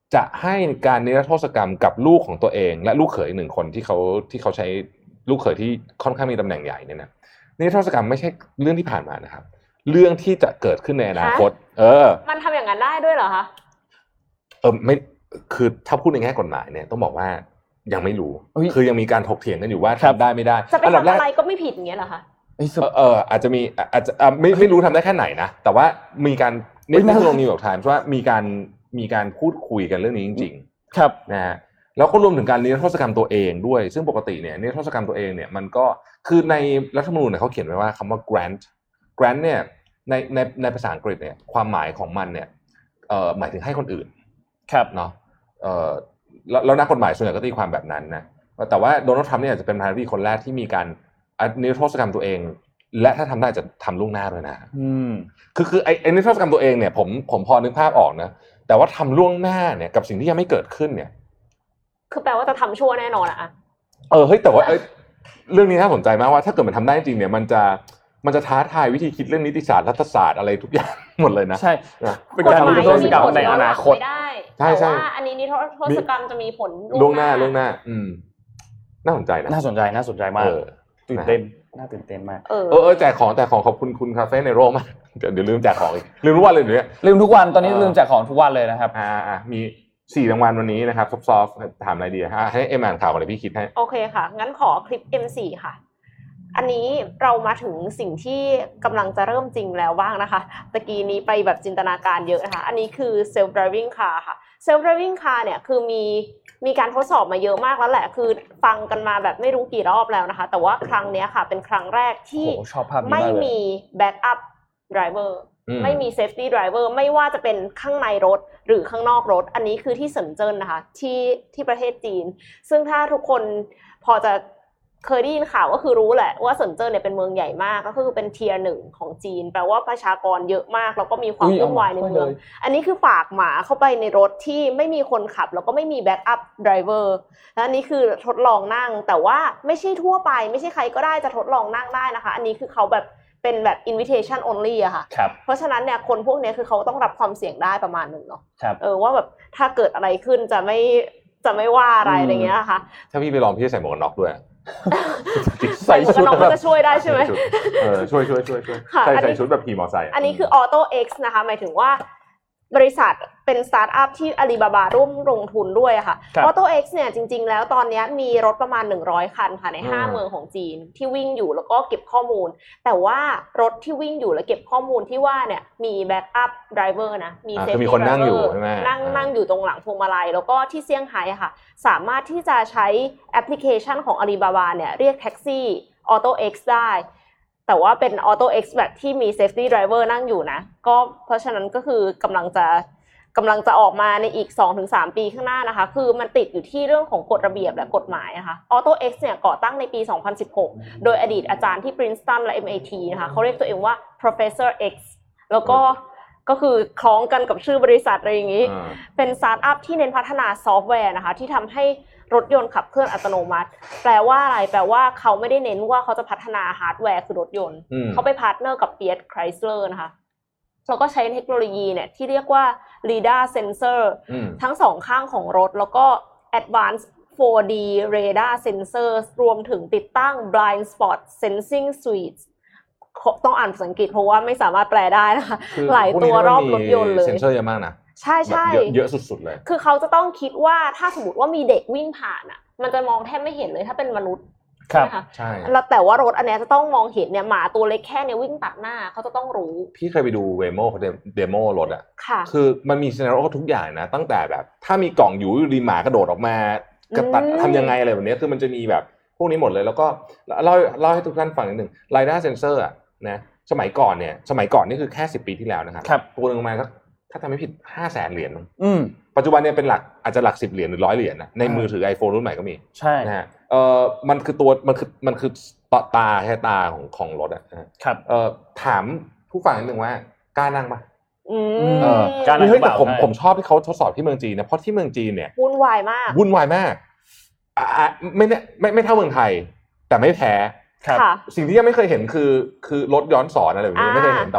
จะให้การนิรโทษกรรมกับลูกของตัวเองและลูกเขย1คนที่เขาใช้ลูกเขยที่ค่อนข้างมีตำแหน่งใหญ่เนี่ยนะนิรโทษกรรมไม่ใช่เรื่องที่ผ่านมานะครับเรื่องที่จะเกิดขึ้นในอนาคตมันทำอย่างนั้นได้ด้วยเหรอคะไม่คือถ้าพูดในแง่กฎหมายเนี่ยต้องบอกว่ายังไม่รู้คือยังมีการถกเถียงกันอยู่ว่าทำได้ไม่ได้จะไปทำอะไรก็ไม่ผิดอย่างเงี้ยเหรอคะอาจจะมีอาจจะไม่รู้ทำได้แค่ไหนนะแต่ว่ามีการนี่ลงนิวยอร์กไทมส์ว่ามีการพูดคุยกันเรื่องนี้จริงๆครับนะฮะแล้วก็รวมถึงการนิรโทษกรรมตัวเองด้วยซึ่งปกติเนี่ยนิรโทษกรรมตัวเองเนี่ยมันก็คือในรัฐธรรมนูญเนี่ยเขาเขียนไว้ว่าคำว่า grant เนี่ยในภาษาอังกฤษเนี่ยความหมายของมันเนี่ยหมายถึงให้คนอื่นครับเนาะแล้วนักกฎหมายส่วนใหญ่ก็ตีความแบบนั้นนะแต่ว่าโดนัลด์ทรัมป์เนี่ยจะเป็นประธานาธิบดีคนแรกที่มีการนิรโทษกรรมตัวเองและถ้าทำได้จะทำล่วงหน้าด้วยนะคือไอ้นิรโทษกรรมตัวเองเนี่ยผมพอนึกภาพออกนะแต่ว่าทำล่วงหน้าเนี่ยกับสิ่งที่ยังไม่เกิดขึ้นเนี่ยคือแปลว่าจะทำชั่วแน่นอนอะเฮ้ยแต่ว่าเรื่องนี้น่าสนใจมากว่าถ้าเกิดมันทำได้จริงเนี่ยมันจะท้าทายวิธีคิดเรื่องนิติศาสตร์รัฐศาสตร์อะไรทุกอย่างหมดเลยนะใช่เป็นการนิรโทษกรรมในอนาคตแต่ว่าอันนี้นิรโทษกรรมจะมีผลล่วงหน้าน่าสนใจนะน่าสนใจมากตื่นเต้นน่าตื่นเต้นมากแจกของขอบคุณคาเฟ่ในโรมากเดี๋ยวลืมแจกของอีกลืมทุกวันเลยเนี่ยลืมทุกวันตอนนี้ลืมแจกของทุกวันเลยนะครับมี4รางวัลวันนี้นะครับซอฟถามอะไรดีให้เอ็มอ่านข่าวก่อนเลยพี่คิดให้โอเคค่ะงั้นขอคลิป M4 ค่ะอันนี้เรามาถึงสิ่งที่กำลังจะเริ่มจริงแล้วบ้างนะคะตะกี้นี้ไปแบบจินตนาการเยอะนะคะอันนี้คือ self driving car ค่ะ self driving car เนี่ยคือมีการทดสอบมาเยอะมากแล้วแหละคือฟังกันมาแบบไม่รู้กี่รอบแล้วนะคะแต่ว่าครั้งนี้ค่ะเป็นครั้งแรกที่ไม่มี backup driver ไม่มี safety driver ไม่ว่าจะเป็นข้างในรถหรือข้างนอกรถอันนี้คือที่เซินเจิ้นนะคะที่ประเทศจีนซึ่งถ้าทุกคนพอจะเคยได้ยินข่าวก็คือรู้แหละว่าเซินเจิ้นเนี่ยเป็นเมืองใหญ่มากก็คือเป็นเทียร์1ของจีนแปลว่าประชากรเยอะมากแล้วก็มีความวุ่นวายในเมืองอันนี้คือฝากหมาเข้าไปในรถที่ไม่มีคนขับแล้วก็ไม่มีแบ็กอัพไดรเวอร์และอันนี้คือทดลองนั่งแต่ว่าไม่ใช่ทั่วไปไม่ใช่ใครก็ได้จะทดลองนั่งได้นะคะอันนี้คือเขาแบบเป็นแบบ invitation only อะค่ะเพราะฉะนั้นเนี่ยคนพวกนี้คือเขาต้องรับความเสี่ยงได้ประมาณนึงเนาะว่าแบบถ้าเกิดอะไรขึ้นจะไม่ว่าอะไรอะไรเงี้ยค่ะถ้าพี่ไปลองพี่จะใส่หมวกกันน็อกด้วยใส่ชุดมันจะช่วยได้ใช่ไหมช่วยใส่ชุดแบบขี่มอเตอร์ไซค์อันนี้คือ Auto X นะคะหมายถึงว่าบริษัทเป็นสตาร์ทอัพที่อาลีบาบาร่วมลงทุนด้วยค่ะ Auto X เนี่ยจริงๆแล้วตอนนี้มีรถประมาณ100คันค่ะใน5เมืองของจีนที่วิ่งอยู่แล้วก็เก็บข้อมูลแต่ว่ารถที่วิ่งอยู่และเก็บข้อมูลที่ว่าเนี่ยมีแบ็กอัพไดรเวอร์นะมีเซฟตี้ไดรเวอร์คนนั่งอยู่ใช่ไหมนั่งอยู่ตรงหลังพวงมาลัยแล้วก็ที่เซี่ยงไฮ้ค่ะสามารถที่จะใช้แอปพลิเคชันของอาลีบาบาเนี่ยเรียกแท็กซี่ Auto X ได้แต่ว่าเป็น Auto X แบบที่มี Safety Driver นั่งอยู่นะก็เพราะฉะนั้นก็คือกำลังจะออกมาในอีก 2-3 ปีข้างหน้านะคะคือมันติดอยู่ที่เรื่องของกฎระเบียบและกฎหมายนะคะ Auto X เนี่ยก่อตั้งในปี 2016 โดยอดีตอาจารย์ที่ Princeton และ MIT นะคะเขาเรียกตัวเองว่า Professor X แล้วก็คือคล้องกันกับชื่อบริษัทอะไรอย่างนี้เป็นสตาร์ทอัพที่เน้นพัฒนาซอฟต์แวร์นะคะที่ทำให้รถยนต์ขับเคลื่อนอัตโนมัติแปลว่าอะไรแปลว่าเขาไม่ได้เน้นว่าเขาจะพัฒนาฮาร์ดแวร์คือรถยนต์เขาไปพาร์ทเนอร์กับ Fiat Chrysler นะคะแล้วก็ใช้เทคโนโลยีเนี่ยที่เรียกว่า LiDAR sensor ทั้งสองข้างของรถแล้วก็ Advanced 4D Radar sensor รวมถึงติดตั้ง Blind Spot Sensing Suite ต้องอ่านภาษาอังกฤษเพราะว่าไม่สามารถแปลได้นะคะหลายตัวรอบรถยนต์เลยเซนเซอร์เยอะมากนะใช่ๆเยอะสุดๆเลยคือเขาจะต้องคิดว่าถ้าสมมติว่ามีเด็กวิ่งผ่านอ่ะมันจะมองแทบไม่เห็นเลยถ้าเป็นมนุษย์นะคะใช่แล้วแต่ว่ารถอันนี้จะต้องมองเห็นเนี่ยหมาตัวเล็กแค่เนี่ยวิ่งตัดหน้าเขาจะต้องรู้พี่เคยไปดูเวโม่เขาเดโมรถอ่ะคือมันมีซีนาริโอทุกอย่างนะตั้งแต่แบบถ้ามีกล่องอยู่ดีหมากระโดดออกมากระตัดทำยังไงอะไรแบบนี้คือมันจะมีแบบพวกนี้หมดเลยแล้วก็เล่าให้ทุกท่านฟังนิดนึง LiDAR sensor อ่ะนะสมัยก่อนนี่คือแค่10 ปีที่แล้วนะครับตัวนึงประมาณสักถ้าจำไม่ผิด 500,000 เหรียญปัจจุบันเนี่ยเป็นหลักอาจจะหลัก10 เหรียญหรือ100 เหรียญนะในมือถือ iPhone รุ่นใหม่ก็มีใช่นะฮะมันคือตาแค่ตาของรถอ่ะครับถามผู้ฟังนิดนึงว่ากล้านั่งป่ะกล้านั่งแต่ผมชอบที่เขาทดสอบที่เมืองจีนนะเพราะที่เมืองจีนเนี่ยวุ่นวายมากไม่เท่าเมืองไทยแต่ไม่แพ้สิ่งที่ยังไม่เคยเห็นคือรถย้อนสอนอะไรแบบนี้ไม่เคยเห็นแต่ว่า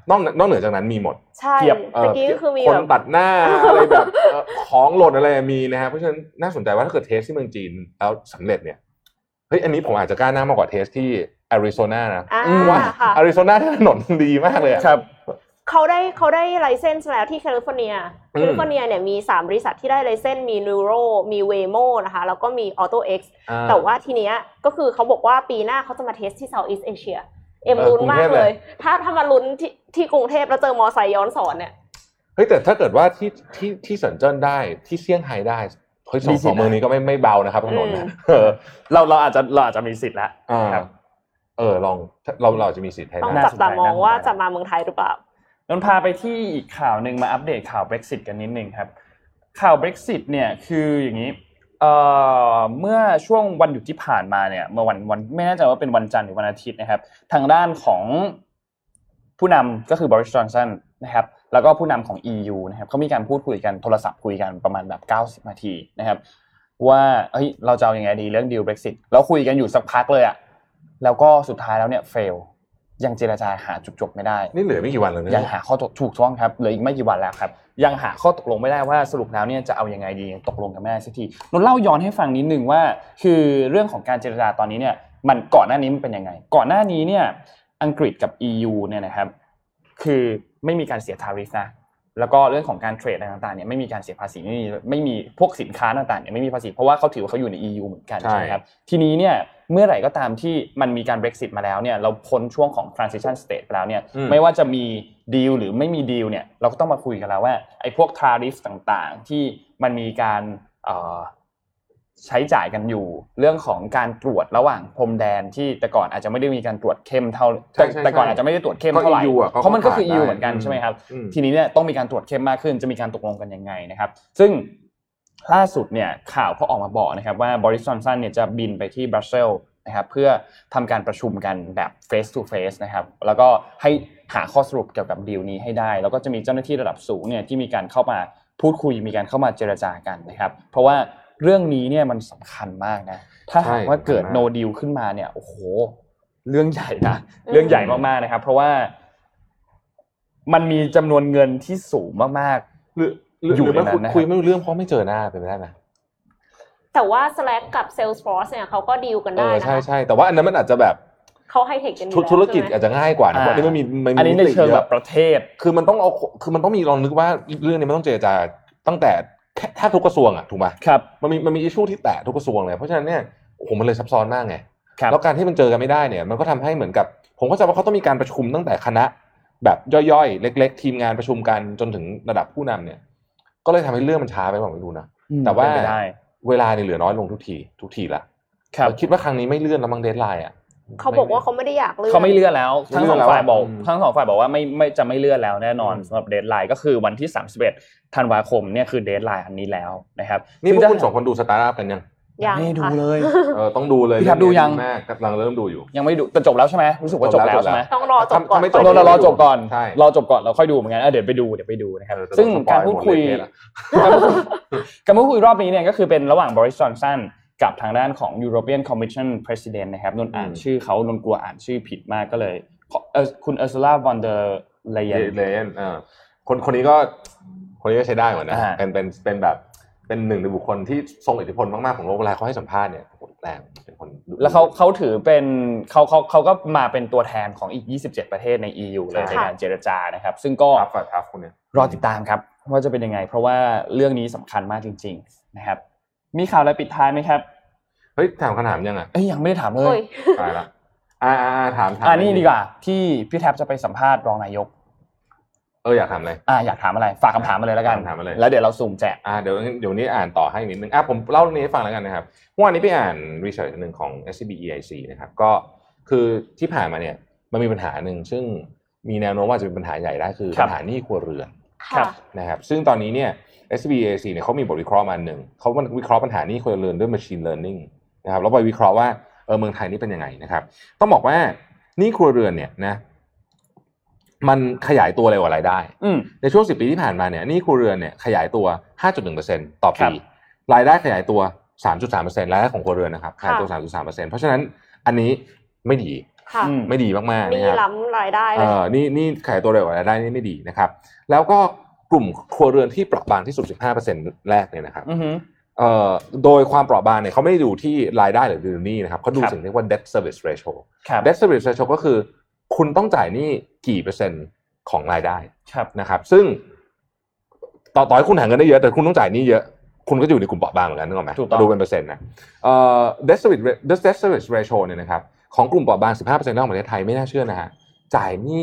นอกเหนือจากนั้นมีหมดใช่เมื่อกี้ก็คือมีคนตัดหน้าอะไรแบบของหล่นอะไรมีนะฮะเพราะฉะนั้นน่าสนใจว่าถ้าเกิดเทสที่เมืองจีนแล้วสำเร็จเนี่ยเฮ้ยอันนี้ผมอาจจะกล้าหน้ามากกว่าเทสที่แอริโซนานะว่าแอริโซนาถนนดีมากเลยครับเขาได้ไลเซนส์แล้วที่แคลิฟอร์เนียเนี่ยมี3บริษัทที่ได้ไลเซนส์มี Neuro มี Waymo นะคะแล้วก็มี AutoX แต่ว่าทีเนี้ยก็คือเขาบอกว่าปีหน้าเขาจะมาเทสที่ Southeast Asia ลุ้นมากเลยถ้ามาลุ้นที่กรุงเทพแล้วเจอมอไซค์ย้อนสอนเนี่ยเฮ้ยแต่ถ้าเกิดว่าที่เซินเจิ้นได้ที่เซี่ยงไฮ้ได้เฮ้ยสองเมืองนี้ก็ไม่เบานะครับถนนนะเราอาจจะมีสิทธิ์แล้วครับลองเราจะมีสิทธิ์ให้ต้องจับตามองว่าจะมาเมืองไทยหรือเปล่านนพาไปที่อีกข่าวนึงมาอัปเดตข่าว Brexit กันนิดนึงครับข่าว Brexit เนี่ยคืออย่างนี้เมื่อช่วงวันหยุดที่ผ่านมาเนี่ยเมื่อวันไม่แน่ใจว่าเป็นวันจันทร์หรือวันอาทิตย์นะครับทางด้านของผู้นำก็คือบริส จอนสันนะครับแล้วก็ผู้นำของ EU นะครับเขามีการพูดคุยกันโทรศัพท์คุยกันประมาณแบบ90นาทีนะครับว่าเฮ้ยเราจะเอายังไงดีเรื่องดีล Brexit แล้วคุยกันอยู่สักพักเลยอ่ะแล้วก็สุดท้ายแล้วเนี่ยเฟลยังเจรจาหาจุดจบไม่ได้นี่เหลือไม่กี่วันแล้วนะยังหาข้อถูกต้องครับเหลืออีกไม่กี่วันแล้วครับยังหาข้อตกลงไม่ได้ว่าสรุปแล้วเนี่ยจะเอายังไงดีตกลงกันไม่ได้สักทีนนเล่าย้อนให้ฟังนิดนึงว่าคือเรื่องของการเจรจาตอนนี้เนี่ยมันก่อนหน้านี้มันเป็นยังไงก่อนหน้านี้เนี่ยอังกฤษกับ EU เนี่ยนะครับคือไม่มีการเสียทาริฟนะแล้วก็เรื่องของการเทรดอะไรต่างๆเนี่ยไม่มีการเสียภาษีไม่มีพวกสินค้าต่างๆเนี่ยไม่มีภาษีเพราะว่าเขาถือว่าเขาอยู่ใน EU เหมือนกันใช่มั้ยครับทีนี้เนี่ยเมื่อไหร่ก็ตามที่มันมีการ Brexit มาแล้วเนี่ยเราพ้นช่วงของ transition state ไปแล้วเนี่ยไม่ว่าจะมีดีลหรือไม่มีดีลเนี่ยเราก็ต้องมาคุยกันแล้วว่าไอ้พวก tariff ต่างๆที่มันมีการใช้จ่ายกันอยู่เรื่องของการตรวจระหว่างพรมแดนที่แต่ก่อนอาจจะไม่ได้มีการตรวจเข้มเท่าแต่ก่อนอาจจะไม่ได้ตรวจเข้มเท่าไหร่เพราะมันก็คือ EU เหมือนกันใช่มั้ยครับทีนี้เนี่ยต้องมีการตรวจเข้มมากขึ้นจะมีการตกลงกันยังไงนะครับซึ่งล่าสุดเนี่ยข่าวเขาออกมาบอกนะครับว่าบริส จอนสันเนี่ยจะบินไปที่บรัสเซลส์นะครับเพื่อทำการประชุมกันแบบ face to face นะครับแล้วก็ให้หาข้อสรุปเกี่ยวกับดีลนี้ให้ได้แล้วก็จะมีเจ้าหน้าที่ระดับสูงเนี่ยที่มีการเข้ามาพูดคุยมีการเข้ามาเจรจากันนะครับเพราะว่าเรื่องนี้เนี่ยมันสำคัญมากนะถ้าหากว่าเกิด no deal ขึ้นมาเนี่ยโอ้โหเรื่องใหญ่นะเรื่องใหญ่มากๆนะครับเพราะว่ามันมีจำนวนเงินที่สูงมากๆอยู่ในนั้นนะคุยไม่รู้เรื่องเพราะไม่เจอหน้าเป็นไปได้ไหมแต่ว่า Slack กับ Salesforce เนี่ยเขาก็ดีลกันได้นะใช่ๆแต่ว่าอันนั้นมันอาจจะแบบเขาให้เทคกันธุรกิจอาจจะง่ายกว่านะเพราะนี่มันมีอันนี้ในเชิงแบบประเทศคือมันต้องมีลองนึกว่าเรื่องนี้มันต้องเจรจาตั้งแต่แทบทุกกระทรวงอ่ะถูกมั้ยครับมันมีอิชชูที่แตะทุกกระทรวงเลยเพราะฉะนั้นเนี่ยโอ้โหมันเลยซับซ้อนมากไงแล้วการที่มันเจอกันไม่ได้เนี่ยมันก็ทำให้เหมือนกับผมเข้าใจว่าเขาต้องมีการประชุมตั้งแต่คณะแบบย่อยๆเล็กๆทีมงานประชุมกันจนถึงระดับผู้นำเนี่ยก็เลยทำให้เรื่องมันช้าไปบอกไม่รู้นะแต่ว่าเวลาเนี่ยเหลือน้อยลงทุกทีละคิดว่าครั้งนี้ไม่เลื่อนแล้วมั้งเดดไลน์อ่ะเขาบอกว่าเขาไม่ได้อยากเลื่อนเขาไม่เลื่อนแล้วทั้งสองฝ่ายบอกว่าไม่จะไม่เลื่อนแล้วแน่นอนสำหรับเดดไลน์ก็คือวันที่31ธันวาคมเนี่ยคือเดดไลน์อันนี้แล้วนะครับนี่พวกคุณ2คนดูสตาร์ทอัพกันยังไม่ดูเลยต้องดูเลยพี่ครับดูยังกำลังเริ่มดูอยู่ยังไม่ดูแต่จบแล้วใช่ไหมรู้สึกว่าจบแล้วใช่ไหมต้องรอจบก่อนรอจบก่อนเราค่อยดูเหมือนกันเดี๋ยวไปดูนะครับซึ่งการพูดคุยรอบนี้เนี่ยก็คือเป็นระหว่างบริส จอนสันกับทางด้านของ European Commission President นะครับนนอ่านชื่อเขานนกลัวอ่านชื่อผิดมากก็เลยคุณเออร์ซูล่า วอนเดอร์ไลเยนคนนี้ก็ใช้ได้เหมือนนะเป็นแบบเป็นหนึ่งในบุคคลที่ทรงอิทธิพลมากๆของโลกเวลาเขาให้สัมภาษณ์เนี่ยโหแรงเป็นคนแล้วเขาถือเป็นเขาก็มาเป็นตัวแทนของอีก27ประเทศใน EU เลยในการเจรจานะครับซึ่งก็รอติดตามครับว่าจะเป็นยังไงเพราะว่าเรื่องนี้สำคัญมากจริงๆนะครับมีข่าวอะไรปิดท้ายไหมครับเฮ้ยถามคำถามยังยังไม่ได้ถามเลยตายละถามนี่ดีกว่าที่พี่แท็บจะไปสัมภาษณ์รองนายกอยากถามอะไรอยากถามอะไรฝากคำถามมาเลยแล้วกันแล้วเดี๋ยวเราสุ่มแจกเดี๋ยวนี้อ่านต่อให้นิดนึงผมเล่าเรื่องนี้ให้ฟังแล้วกันนะครับเมื่อวานนี้ไปอ่านรีเสิร์ชนึงของ SCB EIC นะครับก็คือที่ผ่านมาเนี่ยมันมีปัญหานึงซึ่งมีแนวโน้มว่าจะเป็นปัญหาใหญ่ได้คือปัญหาหนี้ครัวเรือนนะครับซึ่งตอนนี้เนี่ย SCB EIC เนี่ยเขามีบทวิเคราะห์มานึงเขาวิเคราะห์ปัญหาหนี้ครัวเรือนด้วย machine learning นะครับแล้วไปวิเคราะห์ว่าเมืองไทยนี่เป็นยังไงนะครับต้องบอกว่าหนี้ครัวเรือนเนี่ยนะมันขยายตัวเร็วกว่ารายได้ในช่วง10ปีที่ผ่านมาเนี่ยหนี้ครัวเรือนเนี่ยขยายตัว 5.1% ต่อปีรายได้ขยายตัว 3.3% รายได้ของครัวเรือนนะครับขยายตัว 3.3% เพราะฉะนั้นอันนี้ไม่ดีไม่ดีมากๆนี่ล้ำรายได้เลยนี่ขายตัวเร็วกว่ารายได้นี่ไม่ดีนะครับแล้วก็กลุ่มครัวเรือนที่เปราะบางที่สุด 15% แรกเนี่ยนะครับโดยความเปราะบางเนี่ยเขาไม่ได้ดูที่รายได้หรือดูหนี้นะครับเขาดูสิ่งที่เรียกว่า debt service ratio debt service ratio ก็คือคุณต้องจ่ายหนี้กี่เปอร์เซ็นต์ของรายได้นะครับซึ่งต่อให้คุณหาเงินได้เยอะแต่คุณต้องจ่ายหนี้เยอะคุณก็อยู่ในกลุ่มเปราะบางเหมือนกันนึกออกไหมดูเป็นเปอร์เซ็นต์นะdebt service ratio เนี่ยนะครับของกลุ่มเปราะบาง 15% แรกของประเทศไทยไม่น่าเชื่อนะฮะจ่ายหนี้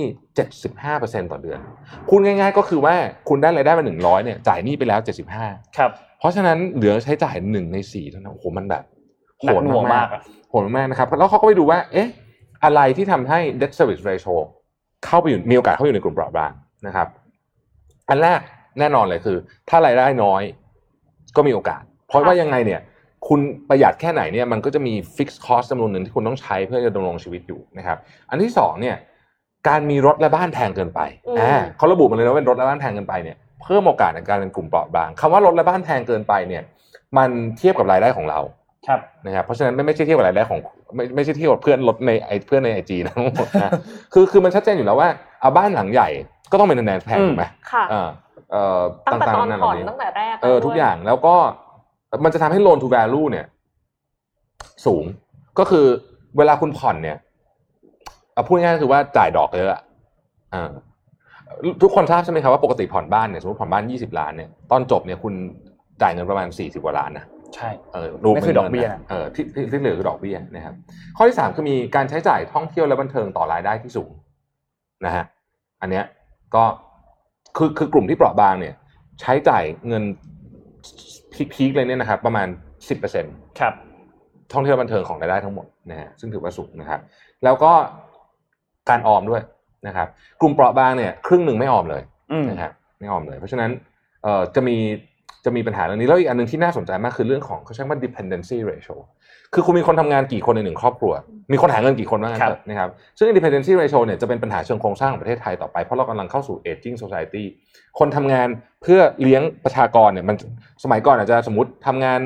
75% ต่อเดือนพูดง่ายๆก็คือว่าคุณได้รายได้มา100เนี่ยจ่ายหนี้ไปแล้ว75 ครับเพราะฉะนั้นเหลือใช้จ่าย1ใน4เท่านั้นโอ้โหมันแบบโหดมากโหดมากนะครับแล้วเขาก็ไปดูว่าเอ๊ะอะไรที่ทำให้ debt service ratio เข้าไปอยู่มีโอกาสเข้าอยู่ในกลุ่มเปราะบางนะครับอันแรกแน่นอนเลยคือถ้ารายได้น้อยก็มีโอกาสเพราะว่ายังไงเนี่ยคุณประหยัดแค่ไหนเนี่ยมันก็จะมี fixed cost จำนวนหนึ่งที่คุณต้องใช้เพื่อจะดำรงชีวิตอยู่นะครับอันที่2เนี่ยการมีรถและบ้านแพงเกินไปเขาระบุมาเลยนะว่าเป็นรถและบ้านแพงเกินไปเนี่ยเพิ่มโอกาสในการเป็นกลุ่มเปราะบางคำว่ารถและบ้านแพงเกินไปเนี่ยมันเทียบกับรายได้ของเรานะครับเพราะฉะนั้นไม่ใช่เทียบกับรายได้ของไม่ใช่เทียบกับเพื่อนรถในเพื่อนใน IG นะทั้งหมดนะคือมันชัดเจนอยู่แล้วว่าเอาบ้านหลังใหญ่ก็ต้องเป็นแนนแพงถูกไหมตั้งแต่ตอนผ่อนตั้งแต่แรกทุกอย่างแล้วก็มันจะทำให้ loan to value เนี่ยสูงก็คือเวลาคุณผ่อนเนี่ยพูดง่ายๆคือว่าจ่ายดอกเยอะทุกคนทราบใช่ไหมครับว่าปกติผ่อนบ้านเนี่ยสมมติผ่อนบ้าน20 ล้านเนี่ยตอนจบเนี่ยคุณจ่ายเงินประมาณ40 กว่าล้านนะใช่ไม่คือดอกเบี้ยที่เหลือคือดอกเบี้ยนะครับข้อที่3คือมีการใช้จ่ายท่องเที่ยวและบันเทิงต่อรายได้ที่สูงนะฮะอันเนี้ยก็คือกลุ่มที่เปราะบางเนี่ยใช้จ่ายเงินพีคเลยเนี่ยนะครับประมาณ 10% ครับท่องเที่ยวบันเทิงของรายได้ทั้งหมดนะฮะซึ่งถือว่าสูงนะครับแล้วก็การออมด้วยนะครับกลุ่มเปราะบางเนี่ยครึ่งหนึ่งไม่ออมเลยนะครับไม่ออมเลยเพราะฉะนั้นจะมีปัญหาเรื่องนี้แล้วอีกอันนึงที่น่าสนใจมากคือเรื่องของเขาใช้ว่า dependency ratio คือคุณมีคนทำงานกี่คนในหนึ่งครอบครัวมีคนหาเงินกี่คนบ้างนะครับซึ่ง dependency ratio เนี่ยจะเป็นปัญหาเชิงโครงสร้างของประเทศไทยต่อไปเพราะเรากำลังเข้าสู่ aging society คนทำงานเพื่อเลี้ยงประชากรเนี่ยมันสมัยก่อนอาจจะสมมติทำงาน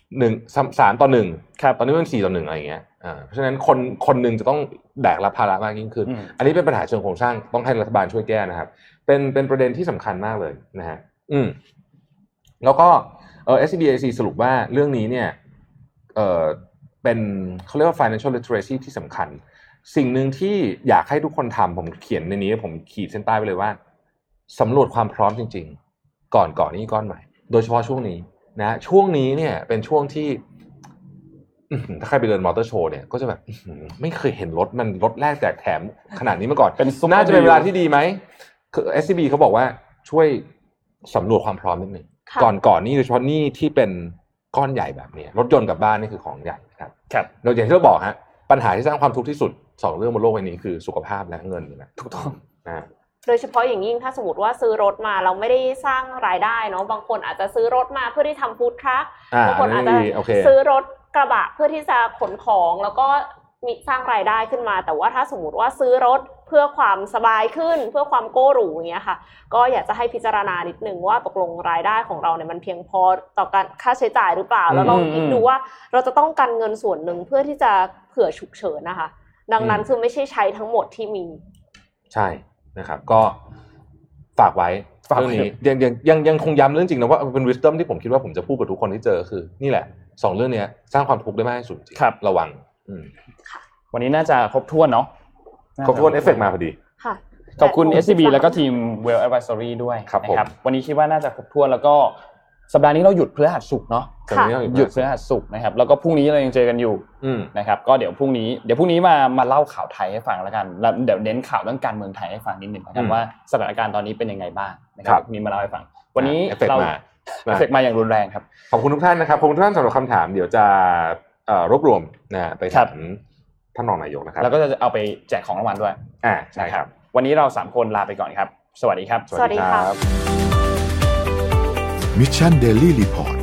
3 ต่อ 1ตอนนี้มัน4 ต่อ 1อะไรอย่างเงี้ยเพราะฉะนั้นคนนึงจะต้องแบกรับภาระมากยิ่งขึ้นอันนี้เป็นปัญหาเชิงโครงสร้างต้องให้รัฐบาลช่วยแก้นะครับเป็นประเด็นที่สำคัญมากเลยนะฮะแล้วก็SCBAC สรุปว่าเรื่องนี้เนี่ยเป็นเขาเรียกว่า financial literacy ที่สำคัญสิ่งหนึ่งที่อยากให้ทุกคนทำผมเขียนในนี้ผมขีดเส้นใต้ไปเลยว่าสำรวจความพร้อมจริงๆก่อนนี้ก้อนใหม่โดยเฉพาะช่วงนี้นะช่วงนี้เนี่ยเป็นช่วงที่ถ้าใครไปเดินมอเตอร์โชว์เนี่ยก็จะแบบไม่เคยเห็นรถแรกแจกแถมขนาดนี้มาก่อนน่าจะเป็นเวลาที่ดีไหมคือ SCB เขาบอกว่าช่วยสำรวจความพร้อมนิดนึงก่อนนี่โดยเฉพาะนี่ที่เป็นก้อนใหญ่แบบนี้รถยนต์กับบ้านนี่คือของใหญ่ครับเราอย่างที่เราบอกฮะปัญหาที่สร้างความทุกข์ที่สุด2เรื่องบนโลกใบนี้คือสุขภาพและเงินนะถูกต้องนะโดยเฉพาะอย่างยิ่งถ้าสมมติว่าซื้อรถมาเราไม่ได้สร้างรายได้เนาะบางคนอาจจะซื้อรถมาเพื่อที่ทำฟู้ดทรัคบางคนอาจจะซื้อรถกระบะเพื่อที่จะขนของแล้วก็มีสร้างรายได้ขึ้นมาแต่ว่าถ้าสมมติว่าซื้อรถเพื่อความสบายขึ้นเพื่อความโก้หรูอย่างเงี้ยค่ะก็อยากจะให้พิจารณานิดนึงว่าตกลงรายได้ของเราเนี่ยมันเพียงพอต่อการค่าใช้จ่ายหรือเปล่าแล้วลองคิดดูว่าเราจะต้องกันเงินส่วนหนึ่งเพื่อที่จะเผื่อฉุกเฉินนะคะดังนั้นคือไม่ใช่ใช้ทั้งหมดที่มีใช่นะครับก็ฝากไว้เรื่องนี้ยังคงย้ำเรื่องจริงนะว่าเป็น wisdom ที่ผมคิดว่าผมจะพูดกับทุกคนที่เจอคือนี่แหละ2เรื่องนี้สร้างความทุกข์ได้มากที่สุดจริงระวังวันนี้น่าจะครบถ้วนเนาะครบถ้วนเอฟเฟกต์มาพอดีขอบคุณ SCB แล้วก็ทีม Well Advisory ด้วยนะครับวันนี้คิดว่าน่าจะครบถ้วนแล้วก็สัปดาห์นี้เราหยุดพฤหัสศุกร์เนาะหยุดพฤหัสศุกร์นะครับแล้วก็พรุ่งนี้เรายังเจอกันอยู่นะครับก็เดี๋ยวพรุ่งนี้มาเล่าข่าวไทยให้ฟังแล้วกันแล้วเดี๋ยวเน้นข่าวเรื่องการเมืองไทยให้ฟังนิดนึงนะครับว่าสถานการณ์ตอนนี้เป็นยังไงบ้างนะครับมีมาเล่าให้ฟังวันนี้เราเอฟเฟกต์มาอย่างรุนแรงครับขอบคุณทุกท่านนะครับขอบคุณทุกท่านสำหรับคำถามเดี๋ยวจะรวบรวมนะไปถามท่านรองนายกนะครับแล้วก็จะเอาไปแจกของรางวัลด้วยใช่ครับวันนี้เรา3คนลาไปก่อนครับสวัสดีครับสวัสดีครับ Mission Daily Report